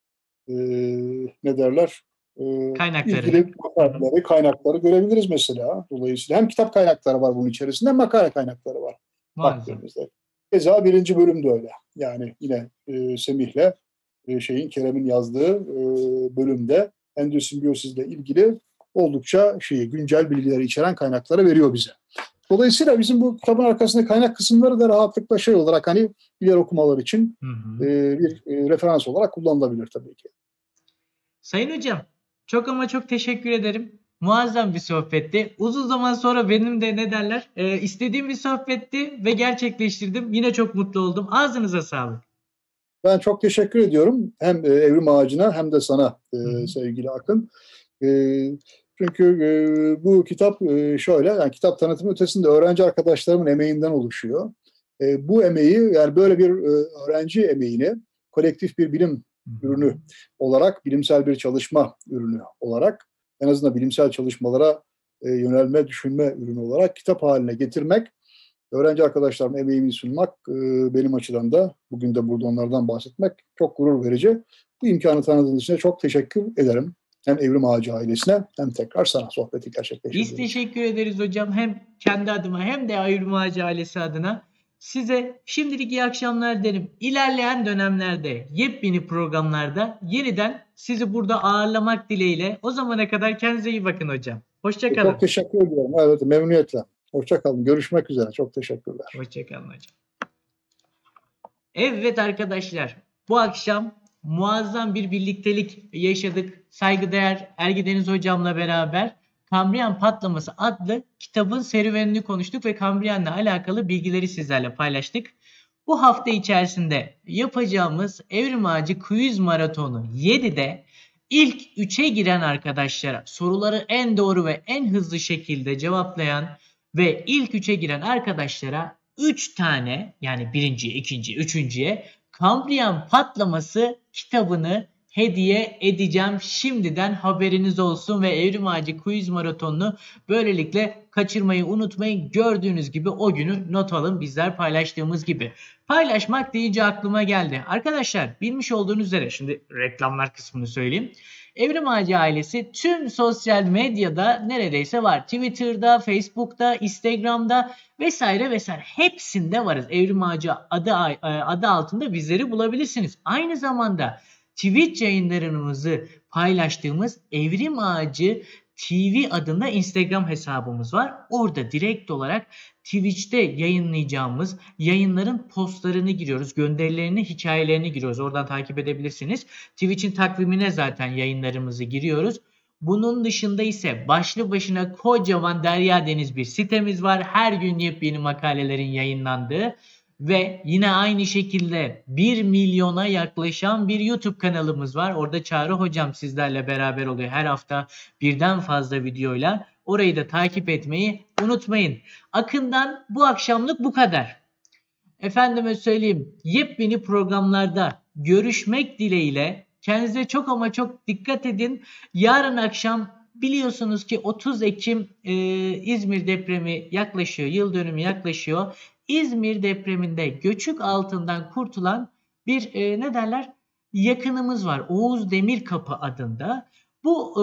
[SPEAKER 2] Ne derler? İlgili makaleleri, kaynakları görebiliriz mesela. Dolayısıyla hem kitap kaynakları var bunun içerisinde hem makale kaynakları var. Baktığımızda. Keza 1. bölüm de öyle. Yani yine Semih'le Kerem'in yazdığı bölümde endosimbiyosis ile ilgili oldukça güncel bilgileri içeren kaynakları veriyor bize. Dolayısıyla bizim bu kitabın arkasında kaynak kısımları da rahatlıkla olarak hani ileri okumalar için bir referans olarak kullanılabilir tabii ki.
[SPEAKER 1] Sayın hocam, çok ama çok teşekkür ederim. Muazzam bir sohbetti. Uzun zaman sonra benim de istediğim bir sohbetti ve gerçekleştirdim. Yine çok mutlu oldum. Ağzınıza sağlık.
[SPEAKER 2] Ben çok teşekkür ediyorum. Hem Evrim Ağacı'na hem de sana sevgili Akın. Çünkü bu kitap şöyle, yani kitap tanıtımı ötesinde öğrenci arkadaşlarımın emeğinden oluşuyor. Bu emeği, yani böyle bir öğrenci emeğini kolektif bir bilim ürünü olarak, bilimsel bir çalışma ürünü olarak, en azından bilimsel çalışmalara yönelme, düşünme ürünü olarak kitap haline getirmek, öğrenci arkadaşlarıma emeğimi sunmak, benim açıdan da bugün de burada onlardan bahsetmek çok gurur verici. Bu imkanı tanıdığınız için çok teşekkür ederim. Hem Evrim Ağacı ailesine hem tekrar sana sohbeti gerçekleştirdiğiniz
[SPEAKER 1] için. Biz teşekkür ederiz hocam. Hem kendi adıma hem de Evrim Ağacı ailesi adına. Size şimdilik iyi akşamlar derim. İlerleyen dönemlerde yepyeni programlarda yeniden sizi burada ağırlamak dileğiyle. O zamana kadar kendinize iyi bakın hocam. Hoşça kalın.
[SPEAKER 2] Çok teşekkür ediyorum. Evet, memnuniyetle. Hoşça kalın. Görüşmek üzere. Çok teşekkürler.
[SPEAKER 1] Hoşça kalın hocam. Evet arkadaşlar, bu akşam muazzam bir birliktelik yaşadık. Saygıdeğer Ergideniz hocamla beraber Kambriyen Patlaması adlı kitabın serüvenini konuştuk ve Kambriyen'le alakalı bilgileri sizlerle paylaştık. Bu hafta içerisinde yapacağımız Evrim Ağacı Quiz Maratonu 7'de ilk 3'e giren arkadaşlara, soruları en doğru ve en hızlı şekilde cevaplayan ve ilk 3'e giren arkadaşlara 3 tane, yani birinciye, ikinciye, üçüncüye Kambriyen Patlaması kitabını hediye edeceğim. Şimdiden haberiniz olsun ve Evrim Ağacı Quiz Maratonu'nu böylelikle kaçırmayı unutmayın. Gördüğünüz gibi o günü not alın, bizler paylaştığımız gibi. Paylaşmak deyince aklıma geldi. Arkadaşlar, bilmiş olduğunuz üzere, şimdi reklamlar kısmını söyleyeyim. Evrim Ağacı ailesi tüm sosyal medyada neredeyse var. Twitter'da, Facebook'ta, Instagram'da vesaire vesaire hepsinde varız. Evrim Ağacı adı altında bizleri bulabilirsiniz. Aynı zamanda Twitch yayınlarımızı paylaştığımız Evrim Ağacı TV adında Instagram hesabımız var. Orada direkt olarak Twitch'te yayınlayacağımız yayınların postlarını giriyoruz. Gönderilerini, hikayelerini giriyoruz. Oradan takip edebilirsiniz. Twitch'in takvimine zaten yayınlarımızı giriyoruz. Bunun dışında ise başlı başına kocaman derya deniz bir sitemiz var. Her gün yepyeni makalelerin yayınlandığı ve yine aynı şekilde 1 milyona yaklaşan bir YouTube kanalımız var. Orada Çağrı hocam sizlerle beraber oluyor. Her hafta birden fazla videoyla. Orayı da takip etmeyi unutmayın. Akın'dan bu akşamlık bu kadar. Efendime söyleyeyim, yepyeni programlarda görüşmek dileğiyle. Kendinize çok ama çok dikkat edin. Yarın akşam biliyorsunuz ki 30 Ekim İzmir depremi yaklaşıyor. Yıl dönümü yaklaşıyor. İzmir depreminde göçük altından kurtulan bir yakınımız var. Oğuz Demirkapı adında. Bu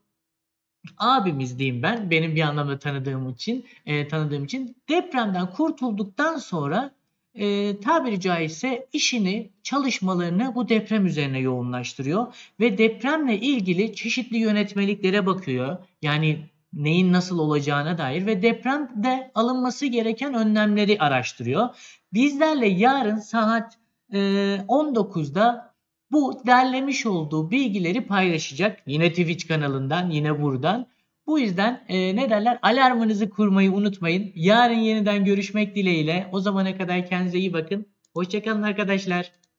[SPEAKER 1] abimiz diyeyim ben, benim bir anlamda tanıdığım için depremden kurtulduktan sonra tabiri caizse işini, çalışmalarını bu deprem üzerine yoğunlaştırıyor ve depremle ilgili çeşitli yönetmeliklere bakıyor. Yani neyin nasıl olacağına dair ve depremde alınması gereken önlemleri araştırıyor. Bizlerle yarın saat 19'da bu derlemiş olduğu bilgileri paylaşacak. Yine Twitch kanalından, yine buradan. Bu yüzden ne derler? Alarmınızı kurmayı unutmayın. Yarın yeniden görüşmek dileğiyle. O zamana kadar kendinize iyi bakın. Hoşça kalın arkadaşlar.